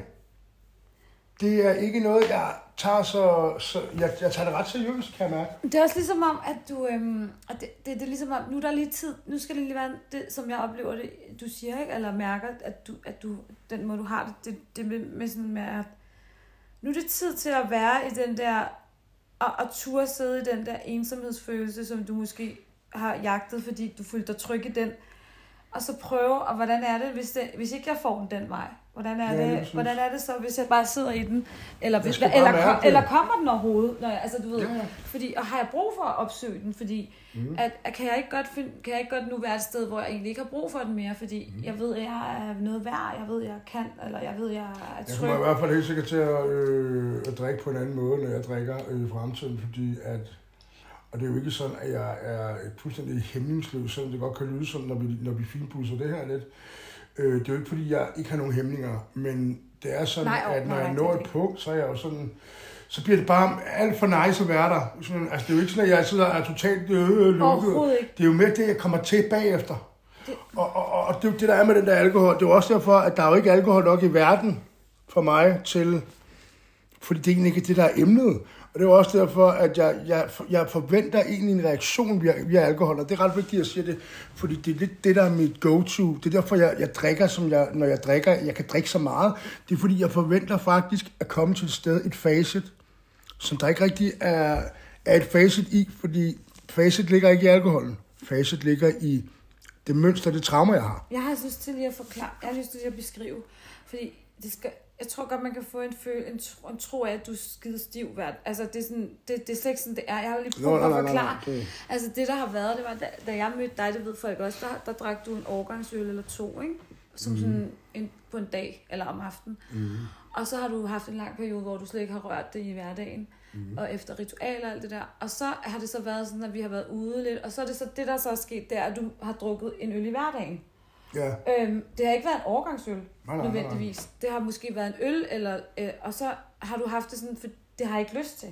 det er ikke noget, jeg tager jeg tager det ret seriøst, kan jeg mærke. Det er også ligesom om, at du... det er ligesom om, nu er der lige tid. Nu skal det lige være det, som jeg oplever det, du siger, ikke? Eller mærker, at du den måde, du har det med sådan med, at nu er det tid til at være i den der... Og turde sidde i den der ensomhedsfølelse, som du måske har jagtet, fordi du følte dig tryg i den. Og så prøve, og hvordan er det, hvis ikke jeg får den vej? Hvordan er det så, hvis jeg bare sidder i den? Eller kommer den overhovedet? Altså, du ved, ja. Fordi, og har jeg brug for at opsøge den? Fordi, kan jeg ikke godt nu være et sted, hvor jeg egentlig ikke har brug for den mere? Fordi jeg ved, at jeg er noget værd, jeg ved, at jeg kan, eller jeg ved, at jeg er tryg. Jeg kommer i hvert fald helt sikkert til at drikke på en anden måde, når jeg drikker i fremtiden, fordi at... Og det er jo ikke sådan, at jeg er fuldstændig hæmningsløs, selvom det godt kan lyde sådan, når vi finpudser det her lidt. Det er jo ikke, fordi jeg ikke har nogen hæmninger, men det er sådan, at når jeg når et punkt, så er jeg jo sådan... Så bliver det bare alt for nice at være der. Sådan, altså, det er jo ikke sådan, at jeg sidder og er totalt lukket. Det er jo mere det, jeg kommer til bagefter. Og det er jo det, der er med den der alkohol. Det er jo også derfor, at der er jo ikke alkohol nok i verden for mig til... Fordi det er egentlig ikke det, der er emnet. Og det er også derfor, at jeg forventer egentlig en reaktion via alkohol, og det er ret vigtigt at sige det, fordi det er lidt det, der er mit go-to. Det er derfor, jeg drikker, når jeg drikker, jeg kan drikke så meget. Det er fordi, jeg forventer faktisk at komme til et sted, et facet, som der ikke rigtig er et facit i, fordi facit ligger ikke i alkoholen. Facit ligger i det mønster, det traumer, jeg har. Jeg har lyst til lige at forklare, jeg har lyst til lige at beskrive, fordi jeg tror godt, man kan få en tro af, at du er skide stiv hvert. Altså, det er slet ikke sådan, det er. Jeg har lige prøvet at forklare. Nej. Altså, det der har været, det var, da jeg mødte dig, det ved folk også, der drak du en årgangsøl eller 2, ikke? Som sådan på en dag, eller om aftenen. Og så har du haft en lang periode, hvor du slet ikke har rørt det i hverdagen. Og efter ritualer og alt det der. Og så har det så været sådan, at vi har været ude lidt. Og så er det så det, der så er sket, det er, at du har drukket en øl i hverdagen. Ja. Det har ikke været en årgangsøl, nødvendigvis. Det har måske været en øl, eller, og så har du haft det sådan, for det har jeg ikke lyst til.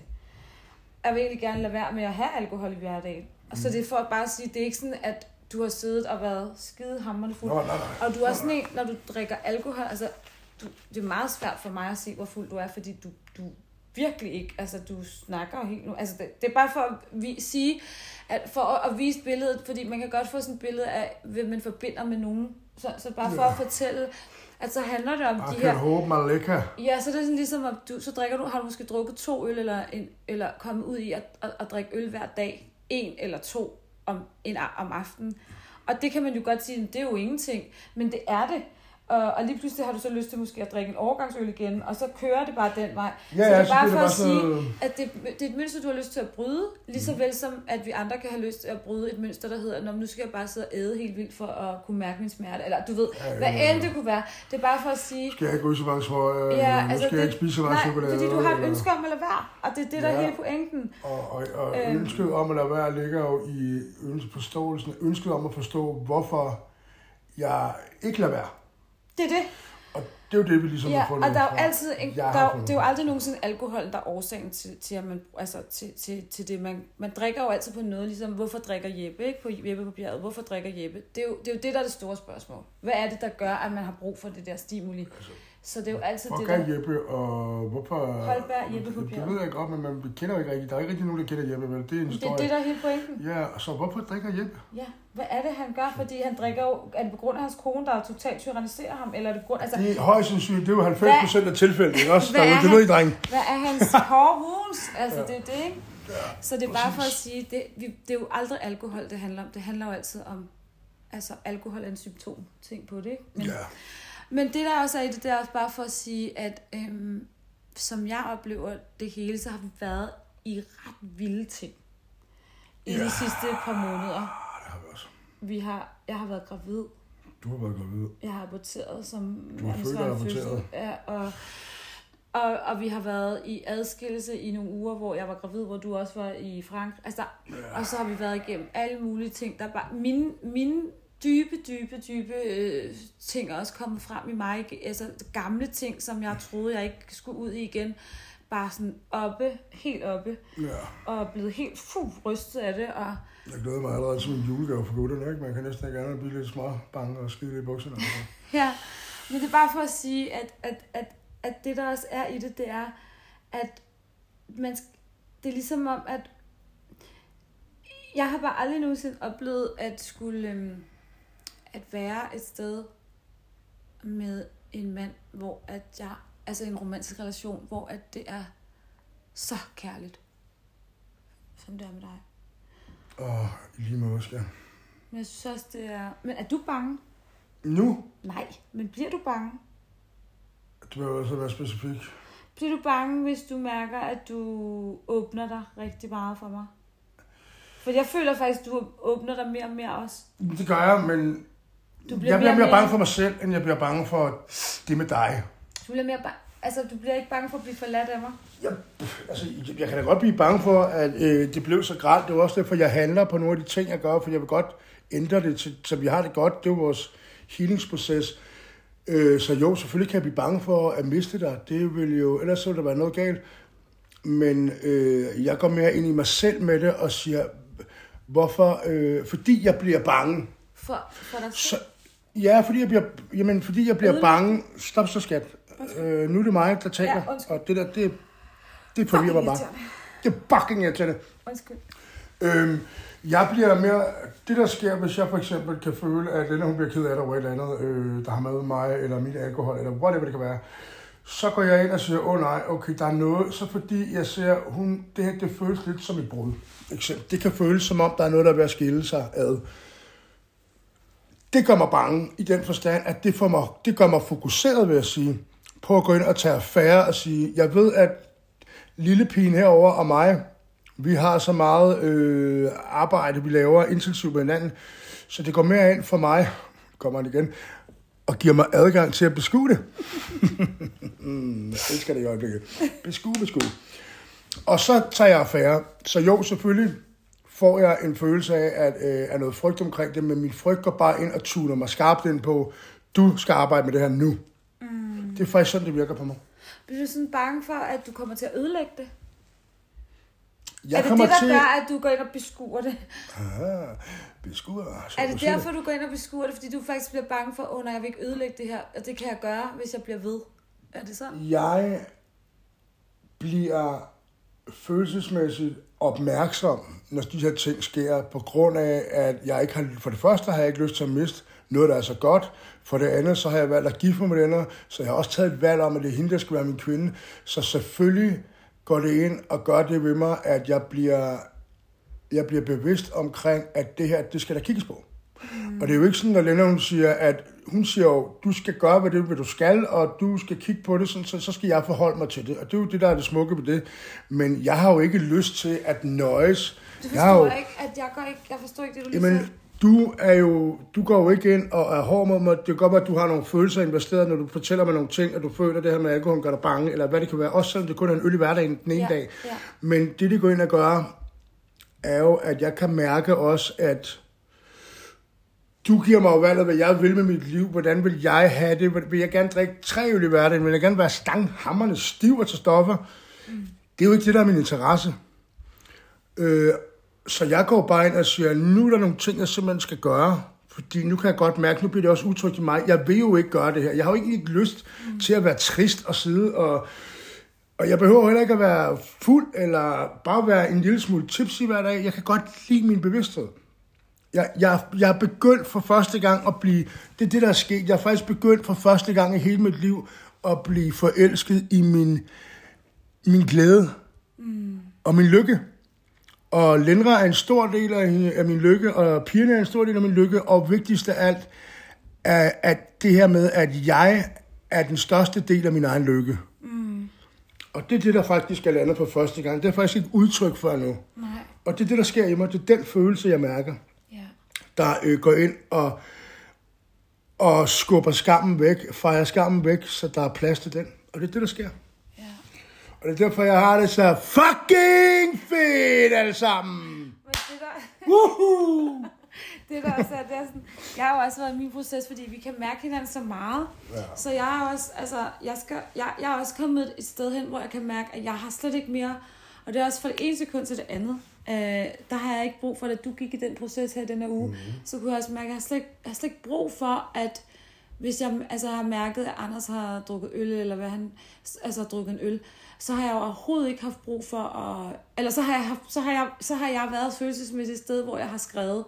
Jeg vil egentlig gerne lade være med at have alkohol i hverdagen. Og så det er for at bare sige, det er ikke sådan, at du har siddet og været skidehamrende fuld. Nej. Og du er sådan en, når du drikker alkohol, altså, det er meget svært for mig at se, hvor fuld du er, fordi du virkelig ikke, altså du snakker jo helt nu, altså det er bare for at sige, at for at vise billedet, fordi man kan godt få sådan et billede af, hvad man forbinder med nogen, så bare for at fortælle, at så handler det om de her... håbe mig lækker. Ja, så det er sådan ligesom, at har du måske drukket 2 øl, eller kommet ud i at drikke øl hver dag, 1 eller 2 om aftenen. Og det kan man jo godt sige, det er jo ingenting, men det er det. Og lige pludselig har du så lyst til måske at drikke en årgangsøl igen, og så kører det bare den vej. Ja, så det er bare for at sige, at det er et mønster, du har lyst til at bryde, lige så vel som, at vi andre kan have lyst til at bryde et mønster, der hedder, nu skal jeg bare sidde og æde helt vildt for at kunne mærke min smerte, eller du ved, hvad end det kunne være. Det er bare for at sige... Skal jeg ikke gå så mange små, altså skal jeg ikke spise så meget chokolade? Nej, fordi du har et ønske om at lade være, og det er det, der er hele pointen. Og ønsket om at lade være ligger jo i forståelsen, ønsket om at forstå, hvorfor jeg ikke lader være. Det er det. Og det er jo det, vi ligesom har fundet. Og der er jo altid, det er jo aldrig nogensinde alkohol, der er årsagen til at man, altså til det, man drikker jo altid på noget, ligesom hvorfor drikker Jeppe, ikke? På Jeppe på bjerget, hvorfor drikker Jeppe? Det er jo det, der er det store spørgsmål. Hvad er det, der gør, at man har brug for det der stimuli? Så det er jo altid det der... Hvorfor Jeppe, og hvorfor... Holberg, Jeppe på bjerget. Det ved jeg godt, men man kender jo ikke rigtigt. Der er ikke rigtig nogen, der kender Jeppe, vel? Det er en historie. Det er det, der er hele pointen. Ja, så hvorfor drikker Jeppe? Ja, hvad er det, han gør? Fordi han drikker jo... Er det på grund af hans kone, der totalt tyranniserer ham? Eller er det på grund... Altså, det er højst sandsynligt. Det er jo 90% af tilfældet, ikke også? Det ved I, dreng. Hvad er hans hårde wounds? Altså, det er det, ikke? Ja, så det er bare for at sige, det er jo aldrig alkohol, det handler om. Det handler jo altid om... Altså, alkohol er en symptom-ting på det, ikke? Men det der også er i det, det er også bare for at sige, at som jeg oplever det hele, så har vi været i ret vilde ting i de sidste par måneder. Det har vi også. Jeg har været gravid. Du har været gravid. Jeg har aborteret som... Du har følt dig aborteret. Ja, og vi har været i adskillelse i nogle uger, hvor jeg var gravid, hvor du også var i Frankrig. Altså, og så har vi været igennem alle mulige ting. Der er bare mine dybe ting er også kommet frem i mig. Altså gamle ting, som jeg troede, jeg ikke skulle ud i igen. Bare sådan helt oppe. Ja. Og blevet helt rystet af det. Og jeg glæder mig allerede som en julegave for gutterne, ikke? Man kan næsten ikke andet blive lidt små bange og skide lidt i bukserne. Ja, men det er bare for at sige, at det der også er i det, det er, at det er ligesom om, at jeg har bare aldrig nogensinde oplevet at skulle at være et sted med en mand, hvor at jeg, altså en romantisk relation, hvor at det er så kærligt, som det er med dig. I lige måde, ja. Men jeg synes også, det er... Men er du bange? Nu? Nej, men bliver du bange? Det vil også være specifik. Bliver du bange, hvis du mærker, at du åbner dig rigtig meget for mig? For jeg føler faktisk, at du åbner dig mere og mere også. Det gør jeg, men jeg bliver mere bange for mig selv, end jeg bliver bange for det med dig. Du bliver mere bange. Altså, du bliver ikke bange for at blive forladt af mig? Jeg kan da godt blive bange for, at det blev så grelt. Det er også derfor, jeg handler på nogle af de ting, jeg gør, for jeg vil godt ændre det til, så vi har det godt. Det er vores healingsproces. Så jo, selvfølgelig kan jeg blive bange for at miste dig. Det vil jo, ellers så vil der være noget galt. Men jeg går mere ind i mig selv med det og siger, hvorfor? Fordi jeg bliver bange. For dig selv? Ja, fordi jeg bliver bange. Stop så, skat. Nu er det mig, der taler. Ja, og det der, det forvirrer mig bare. Det er fucking irriterende. Undskyld. Jeg bliver mere... Det der sker, hvis jeg for eksempel kan føle, at Lena, hun bliver ked af det over et eller andet, der har med mig, eller mit alkohol, eller whatever det kan være, så går jeg ind og siger, nej, okay, der er noget, så fordi jeg ser, det her, det føles lidt som et brud. Det kan føles som om, der er noget, der er ved at skille sig ad. Det gør mig bange i den forstand, at det gør mig fokuseret, vil jeg sige, på at gå ind og tage affære og sige, jeg ved, at lille pigen herover og mig, vi har så meget arbejde, vi laver intensivt med hinanden, så det går mere ind for mig, kommer han igen, og giver mig adgang til at beskue det. Jeg elsker det i øjeblikket. Beskue. Og så tager jeg affære. Så jo, selvfølgelig får jeg en følelse af noget frygt omkring det, men min frygt går bare ind og tuner mig skarpt ind på, du skal arbejde med det her nu. Det er faktisk sådan, det virker på mig. Bliver du sådan bange for, at du kommer til at ødelægge det? Er det det, der gør, at du går ind og beskuer det? Beskuer? Er det derfor, du går ind og beskuer det? Fordi du faktisk bliver bange for, nej, jeg vil ikke ødelægge det her, og det kan jeg gøre, hvis jeg bliver ved. Er det sådan? Jeg bliver følelsesmæssigt opmærksom, når de her ting sker, på grund af, at jeg ikke har, for det første har jeg ikke lyst til at miste noget, der er så godt. For det andet, så har jeg valgt at gifte mig med den, så jeg har også taget et valg om, at det er hende, der skal være min kvinde. Så selvfølgelig går det ind og gør det ved mig, at jeg bliver bevidst omkring, at det her, det skal der kigges på. Og det er jo ikke sådan, at Lena, hun siger jo, du skal gøre, hvad du skal, og du skal kigge på det, så skal jeg forholde mig til det. Og det er jo det, der er det smukke ved det. Men jeg har jo ikke lyst til at nøjes. Du forstår ikke, at jeg forstår ikke det, du lige siger. Du går jo ikke ind og er hård mod mig. Det kan godt være, at du har nogle følelser investeret, når du fortæller mig nogle ting, og du føler, det her med alkohol gør dig bange, eller hvad det kan være. Også selvom det kun er en øl i hverdagen den ene dag. Ja. Men det går ind og gør, er jo, at jeg kan mærke også, at du giver mig jo valget, hvad jeg vil med mit liv. Hvordan vil jeg have det? Vil jeg gerne drikke 3 øl i hverdagen? Vil jeg gerne være stanghamrende stiv og til stoffer? Det er jo ikke det, der er min interesse. Så jeg går bare ind og siger, nu er der nogle ting, jeg simpelthen skal gøre. Fordi nu kan jeg godt mærke, nu bliver det også udtrykt i mig. Jeg vil jo ikke gøre det her. Jeg har jo ikke lyst til at være trist og sidde og jeg behøver heller ikke at være fuld, eller bare være en lille smule tipsy hver dag. Jeg kan godt lide min bevidsthed. Jeg er begyndt for første gang at blive... Det er det, der er sket. Jeg er faktisk begyndt for første gang i hele mit liv at blive forelsket i min glæde og min lykke. Og Lenra er en stor del af min lykke, og pigerne er en stor del af min lykke, og vigtigst af alt er at det her med, at jeg er den største del af min egen lykke. Og det er det, der faktisk er landet for første gang. Det er faktisk ikke udtryk for nu. Nej. Og det er det, der sker i mig. Det er den følelse, jeg mærker, der går ind og skubber skammen væk, fejrer skammen væk, så der er plads til den. Og det er det, der sker. Ja. Og det er derfor, jeg har det så fucking fedt alle sammen. Men det der også er, det er sådan, jeg har jo også været i min proces, fordi vi kan mærke hinanden så meget. Ja. Så jeg er også, jeg er også kommet et sted hen, hvor jeg kan mærke, at jeg har slet ikke mere, og det er også fra det ene sekund til det andet. Der har jeg ikke brug for, at du gik i den proces her den her uge. Så kunne jeg også mærke, at jeg har slet ikke brug for, at hvis jeg har mærket, at Anders har drukket øl, eller hvad han har drukket en øl, så har jeg overhovedet ikke haft brug for at... Eller så har jeg været følelsesmæssigt et sted, hvor jeg har skrevet...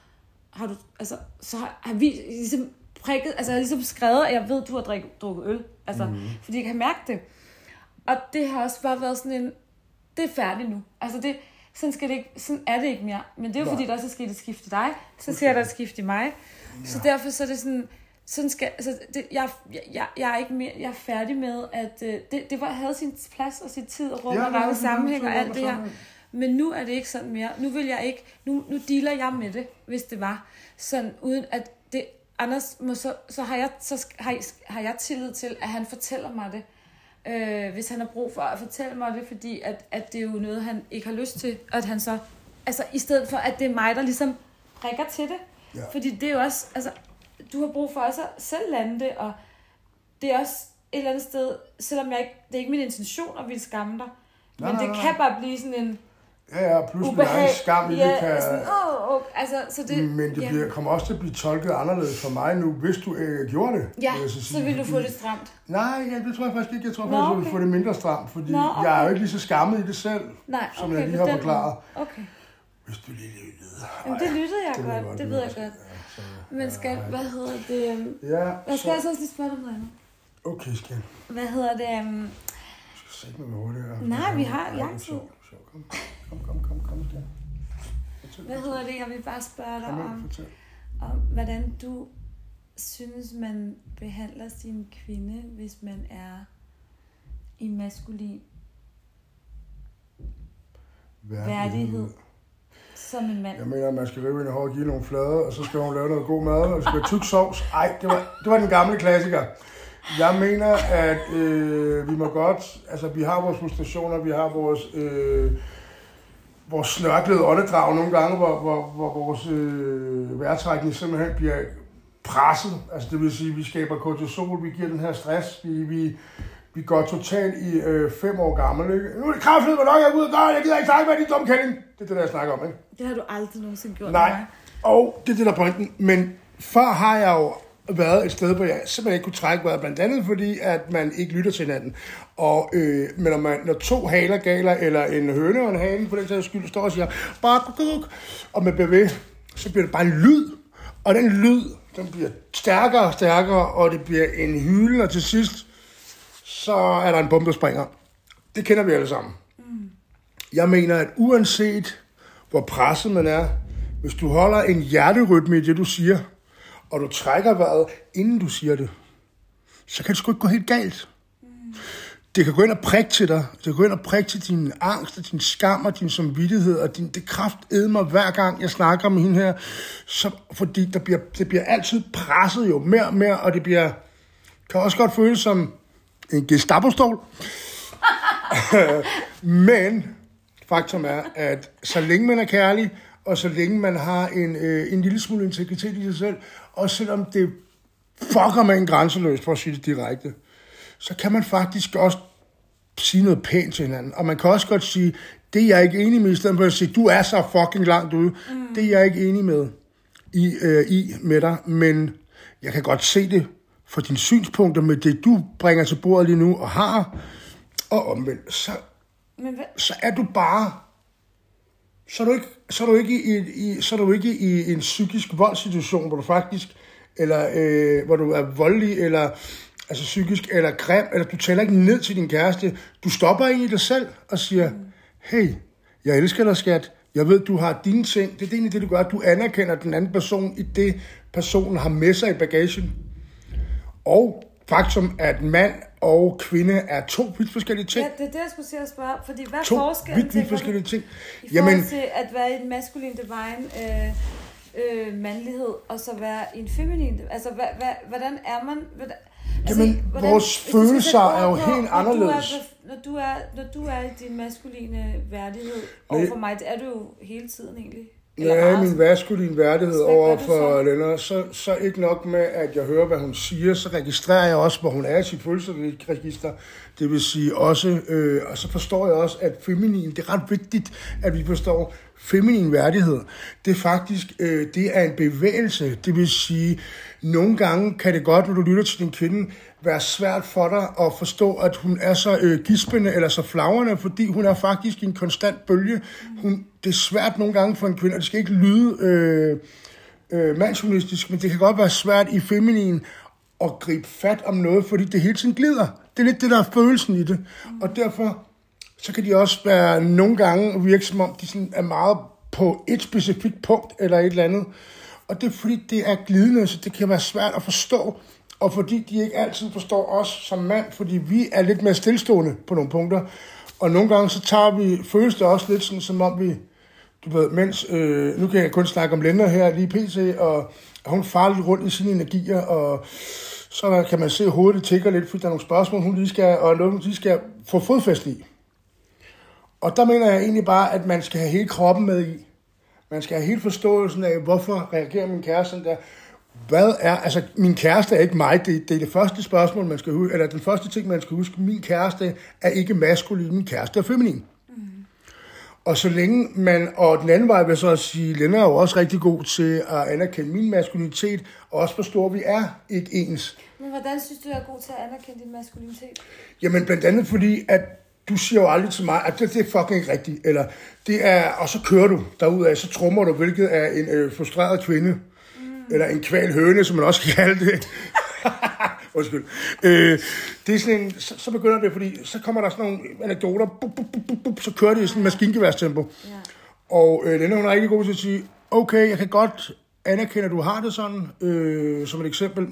så har vi ligesom prikket... Altså, jeg har ligesom skrevet, at jeg ved, at du har drukket øl. Altså, fordi jeg kan mærke det. Og det har også bare været sådan en... Det er færdigt nu. Altså, sådan er det ikke mere. Men det er jo fordi, der også er sket et skift i dig. Så sker der et skift i mig. Ja. Så derfor så er det sådan... Jeg er ikke mere, jeg er færdig med, at det havde sin plads og sin tid og rum og rave sammenhæng og alt det her. Men nu er det ikke sådan mere. Nu vil jeg ikke, nu dealer jeg med det, hvis det var sådan, uden at det, Anders må så har jeg tillid til, at han fortæller mig det, hvis han har brug for at fortælle mig det, fordi at det er jo noget, han ikke har lyst til, at han så, altså i stedet for, at det er mig, der ligesom prikker til det, fordi det er jo også, altså, du har brug for også at selv lande det, og det er også et eller andet sted, selvom det er ikke min intention at ville skamme dig, men det kan bare blive sådan en pludselig er en skam i det kan... Sådan, så det, men det kommer også til at blive tolket anderledes for mig nu, hvis du gjorde det. Ja, så vil du få det stramt. Nej, det tror jeg faktisk ikke. Jeg tror faktisk, du vil få det mindre stramt, fordi jeg er jo ikke lige så skammet i det selv, som jeg lige har forklaret. Okay. Hvis du lige lyttede. Jamen, det lyttede jeg godt. Det ved jeg godt. Men skal, hvad hedder det? Hvad skal jeg så lige spørge dig om noget andet? Okay, skat. Hvad hedder det? Jeg skal ikke med hurtigt her. Nej, vi har lang tid. Kom, skat. Hvad hedder det? Jeg vil bare spørge dig om hvordan du synes, man behandler sin kvinde, hvis man er i maskulin værdighed som en mand. Jeg mener, at man skal rive ind i hårdt og give nogle flader, og så skal hun lave noget god mad, og så skal tyk sovs. Ej, det var den gamle klassiker. Jeg mener, at vi må godt, altså vi har vores frustrationer, vi har vores snørklede åndedrag nogle gange, hvor vores vejrtrækning simpelthen bliver presset. Altså det vil sige, at vi skaber kortisol, vi giver den her stress, vi går totalt i 5 år gammel. Ikke? Nu er det kraftigt, hvor nok jeg er ude og gøre, jeg gider ikke snakke med din dumme kælling. Det er det, der jeg snakker om. Ikke? Det har du aldrig nogensinde gjort. Nej, og det er det, der er pointen. Men før har jeg jo været et sted, hvor jeg simpelthen ikke kunne trække vejret, blandt andet fordi, at man ikke lytter til hinanden. Og, men når 2 haler galer, eller en høne og en hane, på den sags skyld, står og siger, og man bliver ved, så bliver det bare en lyd. Og den lyd, den bliver stærkere og stærkere, og det bliver en hylen, og til sidst, så er der en bombe, der springer. Det kender vi alle sammen. Jeg mener, at uanset hvor presset man er, hvis du holder en hjerterytme i det, du siger, og du trækker vejret, inden du siger det, så kan det sgu ikke gå helt galt. Det kan gå ind og prikke til dig. Det kan gå ind og prikke til din angst, og din skam, og din samvittighed, og det kraftedder mig hver gang, jeg snakker med hende her. Fordi det bliver altid presset jo mere og mere, og det kan også godt føles som en Gestapo-stol. Men faktum er, at så længe man er kærlig, og så længe man har en lille smule integritet i sig selv, og selvom det fucker med en grænseløst, for at sige det direkte, så kan man faktisk også sige noget pænt til hinanden. Og man kan også godt sige, det er jeg ikke enig med, i stedet for at sige, du er så fucking langt ude. Det er jeg ikke enig med med dig, men jeg kan godt se det for dine synspunkter med det, du bringer til bordet lige nu og har, og omvendt, så er du bare, så er du ikke i en psykisk voldssituation, hvor du faktisk, eller hvor du er voldelig, eller altså psykisk, eller grim, eller du tæller ikke ned til din kæreste. Du stopper ind i dig selv og siger, hey, jeg elsker dig, skat. Jeg ved, du har dine ting. Det er egentlig det, du gør. Du anerkender den anden person i det, personen har med sig i bagagen. Og faktum, at mand og kvinde er 2 vidt forskellige ting. Ja, det er det, jeg skulle sige at spørge. Fordi hvad er 2 forskellen vidt forskellige ting. I forhold til at være i en maskulin divine mandlighed, og så være i en feminin? Altså, hvordan er man? Jamen, vores følelser er jo helt anderledes. Når du er i din maskuline værdighed overfor mig, det er du jo hele tiden egentlig. Ja, min maskuline værdighed over for Lennart, så ikke nok med, at jeg hører, hvad hun siger, så registrerer jeg også, hvor hun er i sit følelsesregister. Det vil sige også, og så forstår jeg også, at feminin, det er ret vigtigt, at vi forstår feminin værdighed. Det er faktisk, det er en bevægelse. Det vil sige, nogle gange kan det godt, når du lytter til din kvinde, være svært for dig at forstå, at hun er så gispende eller så flagrende, fordi hun er faktisk i en konstant bølge. Det er svært nogle gange for en kvinde, og det skal ikke lyde mandsjournalistisk, men det kan godt være svært i feminin at gribe fat om noget, fordi det hele tiden glider. Det er lidt det, der er følelsen i det. Og derfor så kan de også være nogle gange virke som om, de sådan er meget på et specifikt punkt eller et eller andet. Og det er fordi, det er glidende, så det kan være svært at forstå. Og fordi de ikke altid forstår os som mand, fordi vi er lidt mere stillestående på nogle punkter. Og nogle gange så føles det også lidt sådan, som om vi, du ved, mens, nu kan jeg kun snakke om Lennart her lige pt, og hun farer lidt rundt i sine energier, og så kan man se, at hovedet tikker lidt, fordi der er nogle spørgsmål, hun lige skal, og noget, hun lige skal få fodfæst i. Og der mener jeg egentlig bare, at man skal have hele kroppen med i. Man skal have hele forståelsen af, hvorfor reagerer min kæreste sådan der. Altså min kæreste er ikke mig, det er det første spørgsmål, man skal huske, eller den første ting, man skal huske, min kæreste er ikke maskulin, min kæreste er feminin. Og så længe og den anden vej vil så at sige, Lennart er jo også rigtig god til at anerkende min maskulinitet, og også forstå, at vi er ikke ens. Men hvordan synes du, jeg er god til at anerkende din maskulinitet? Jamen blandt andet fordi, at du siger jo aldrig til mig, at det er fucking ikke rigtigt, eller det er, og så kører du derudad, så trummer du, hvilket er en frustreret kvinde, eller en kval høne, som man også kan kalde det. Undskyld. Det er sådan en, så begynder det, fordi så kommer der sådan nogle anekdoter, så kører det i sådan en maskingeværstempo. Ja. Og den er hun rigtig god til at sige, okay, jeg kan godt anerkende, at du har det sådan, som et eksempel,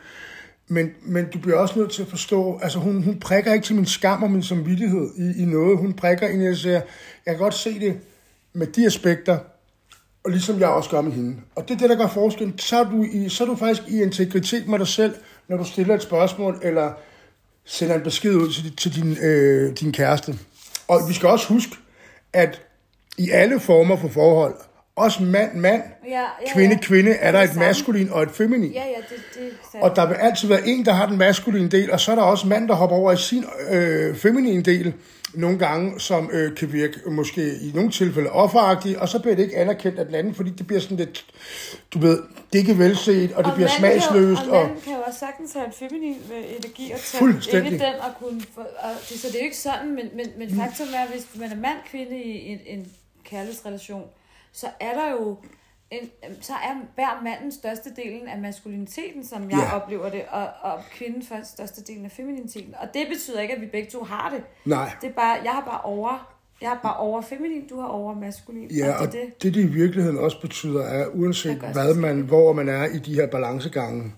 men du bliver også nødt til at forstå, altså hun prikker ikke til min skam og min samvittighed i noget. Hun prikker ind i at sige, jeg kan godt se det med de aspekter, og ligesom jeg også gør med hende. Og det er det, der gør forskellen. Så er du faktisk i integritet med dig selv, når du stiller et spørgsmål, eller sender en besked ud til din kæreste. Og vi skal også huske, at i alle former for forhold, også mand, kvinde, er der et maskulin og et feminin. Ja, det og der vil altid være en, der har den maskuline del, og så er der også mand, der hopper over i sin feminine del, nogle gange, som kan virke måske i nogle tilfælde offeragtige, og så bliver det ikke anerkendt af den anden, fordi det bliver sådan lidt, du ved, det er ikke velset, og det bliver smagsløst. Og manden kan jo også sagtens have en feminin energi og tage ind i den og kunne... så det er jo ikke sådan, men faktum er, hvis man er mand-kvinde i en kærlighedsrelation, så er der jo så er hver manden størstedelen af maskuliniteten, som jeg oplever det, og kvinden for størstedelen af femininiteten. Og det betyder ikke, at vi begge to har det. Nej. Det er bare, jeg har bare over feminin, du har over maskulin. Ja, og det i virkeligheden også betyder, er uanset hvor man er i de her balancegange,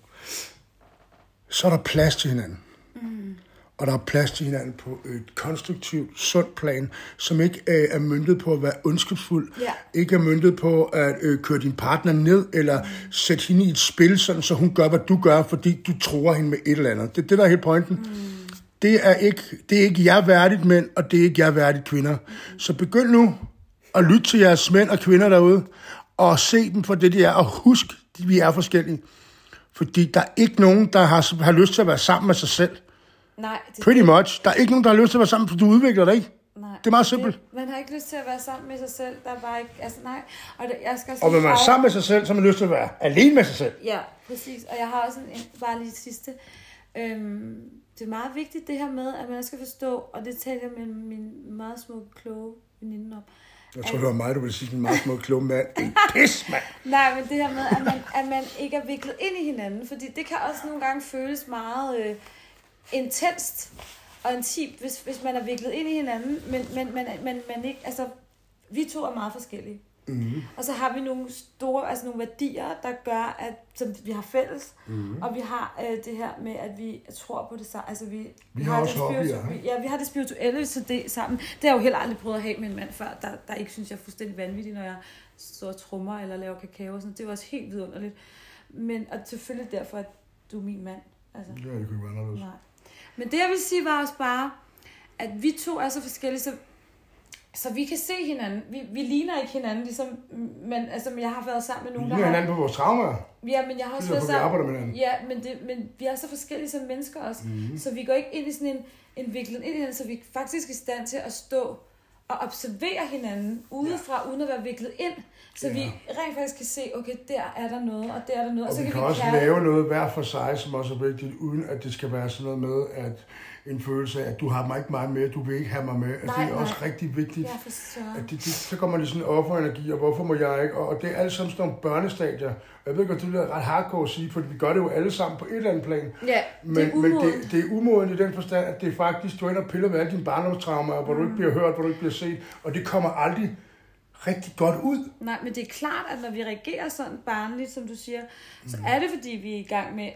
så er der plads til hinanden. Og der er plads til hinanden på et konstruktivt, sundt plan, som ikke er møntet på at være ondskabsfuld, ikke er møntet på at køre din partner ned, eller sætte hende i et spil, sådan, så hun gør, hvad du gør, fordi du tror hende med et eller andet. Det er det, der er hele pointen. Det er ikke jer værdigt mænd, og det er ikke jer værdigt kvinder. Så begynd nu at lytte til jeres mænd og kvinder derude, og se dem for det, de er, og husk, at vi er forskellige. Fordi der er ikke nogen, der har lyst til at være sammen med sig selv. Nej, pretty much. Der er ikke nogen, der har lyst til at være sammen, for du udvikler dig ikke. Nej, det er meget simpelt. Man har ikke lyst til at være sammen med sig selv. Der er bare ikke... Altså, nej. Og når man er sammen med sig selv, så har man lyst til at være alene med sig selv. Ja, præcis. Og jeg har også bare lige det sidste. Det er meget vigtigt, det her med, at man skal forstå, og det taler jeg med min meget smukke, kloge veninde om. Jeg tror, det var mig, du ville sige, min meget smukke, kloge mand. En pis, mand! Nej, men det her med, at man ikke er viklet ind i hinanden. Fordi det kan også nogle gange føles meget... intenst og intimt, hvis man er viklet ind i hinanden, men ikke, altså, vi to er meget forskellige. Mm-hmm. Og så har vi nogle store, altså nogle værdier, der gør, at som vi har fælles, og vi har det her med, at vi tror på det sammen. Altså vi har også hobbyer. Ja, vi har det spirituelle så det sammen. Det har jeg jo heller aldrig prøvet at have med en mand før, der ikke synes, jeg er fuldstændig vanvittig, når jeg står og trummer eller laver kakao og sådan. Det var også helt vidunderligt. Men, og selvfølgelig derfor, at du er min mand. Altså, ja, det kunne ikke være anderledes. Nej. Men det jeg vil sige var også bare, at vi to er så forskellige, så vi kan se hinanden. Vi ligner ikke hinanden, ligesom, men altså, jeg har været sammen med nogen, der har... Vi ligner hinanden på vores traumer. Ja, men jeg har også været sammen... Ja, men vi er så forskellige som mennesker også. Så vi går ikke ind i sådan en viklet ind i hinanden, så vi er faktisk i stand til at stå og observere hinanden udefra, uden at være viklet ind. Så vi rent faktisk kan se, okay, der er der noget, og der er der noget. Og så vi kan også lave noget hver for sig, som også er vigtigt, uden at det skal være sådan noget med, at en følelse af, at du har mig ikke meget med, du vil ikke have mig med. Nej, det er også rigtig vigtigt. At så kommer det sådan en offerenergi, og hvorfor må jeg ikke? Og det er alle sammen sådan nogle børnestadier. Jeg ved godt, det er ret hardcore at sige, for vi gør det jo alle sammen på et eller andet plan. Ja, men det er umoden i den forstand, at det er faktisk, du ender og piller ved alle dine barndomstraumer, hvor du ikke bliver hørt, hvor du ikke bliver set, og det kommer aldrig rigtig godt ud. Nej, men det er klart, at når vi reagerer sådan barnligt, som du siger, så er det fordi, vi er i gang med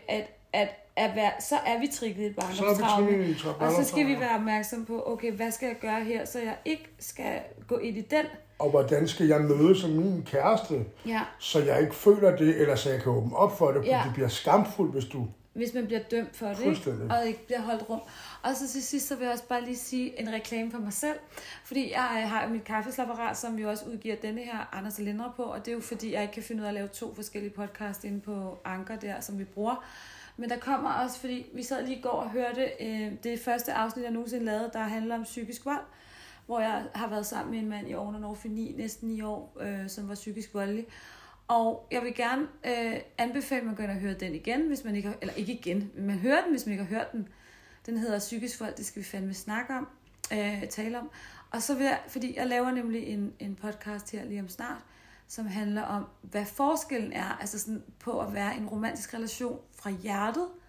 så er vi trigget i et barndomstraume. Og så skal vi være opmærksom på, okay, hvad skal jeg gøre her, så jeg ikke skal gå ind i den. Og hvordan skal jeg møde som min kæreste, så jeg ikke føler det, eller så jeg kan åbne op for det, for det bliver skamfuldt, hvis man bliver dømt for det, ikke? Og ikke bliver holdt rum. Og så til sidst, så vil jeg også bare lige sige en reklame for mig selv, fordi jeg har mit kaffeslapperat, som vi også udgiver denne her Anders og Lindre på, og det er jo fordi, jeg ikke kan finde ud af at lave 2 forskellige podcasts inde på Anker der, som vi bruger. Men der kommer også, fordi vi sad lige i går og hørte det første afsnit, jeg nogensinde lavede, der handler om psykisk vold, hvor jeg har været sammen med en mand i årene over for næsten 9 år, som var psykisk voldelig. Og jeg vil gerne anbefale, at man går ind og høre den igen, hvis man ikke har, eller ikke igen, men man hører den, hvis man ikke har hørt den. Den hedder Psykisk vold, det skal vi fandme snakke om, tale om. Og så vil jeg, fordi jeg laver nemlig en podcast her lige om snart, som handler om, hvad forskellen er, altså sådan på at være en romantisk relation fra hjertet,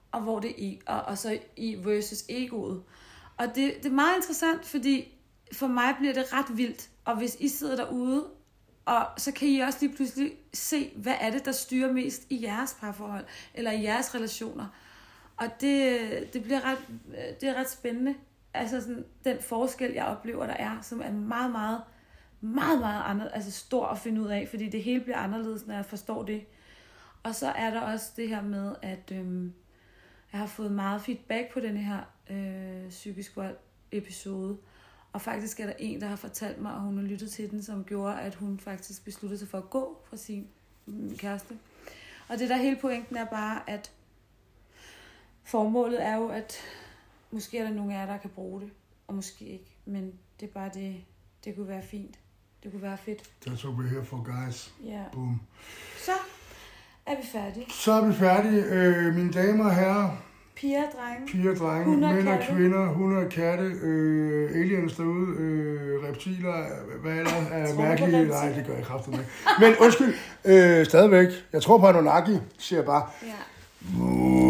og hvor det er, og så i versus egoet. Og det er meget interessant, fordi for mig bliver det ret vildt, og hvis I sidder derude, og så kan I også lige pludselig se, hvad er det, der styrer mest i jeres parforhold, eller i jeres relationer. Og det er ret spændende. Altså sådan, den forskel, jeg oplever, der er, som er meget, meget, meget, meget anderledes, altså stor at finde ud af, fordi det hele bliver anderledes, når jeg forstår det. Og så er der også det her med, at jeg har fået meget feedback på denne her psykisk vold episode. Og faktisk er der en, der har fortalt mig, at hun har lyttet til den, som gjorde, at hun faktisk besluttede sig for at gå fra sin kæreste. Og det der hele pointen er bare, at formålet er jo, at måske er der nogen af jer, der kan bruge det, og måske ikke. Men det er bare det kunne være fint. Det kunne være fedt. That's what we're here for, guys. Ja. Boom. Så er vi færdige. Så er vi færdige. Mine damer og herrer. Piger og drenge. Mænd og kvinder, hunde og katte, aliens derude, reptiler, hvad ellers er mærkelige. Nej, det gør jeg kraftigt ikke. Men undskyld, stadigvæk. Jeg tror på Anunnaki, siger jeg bare. Ja.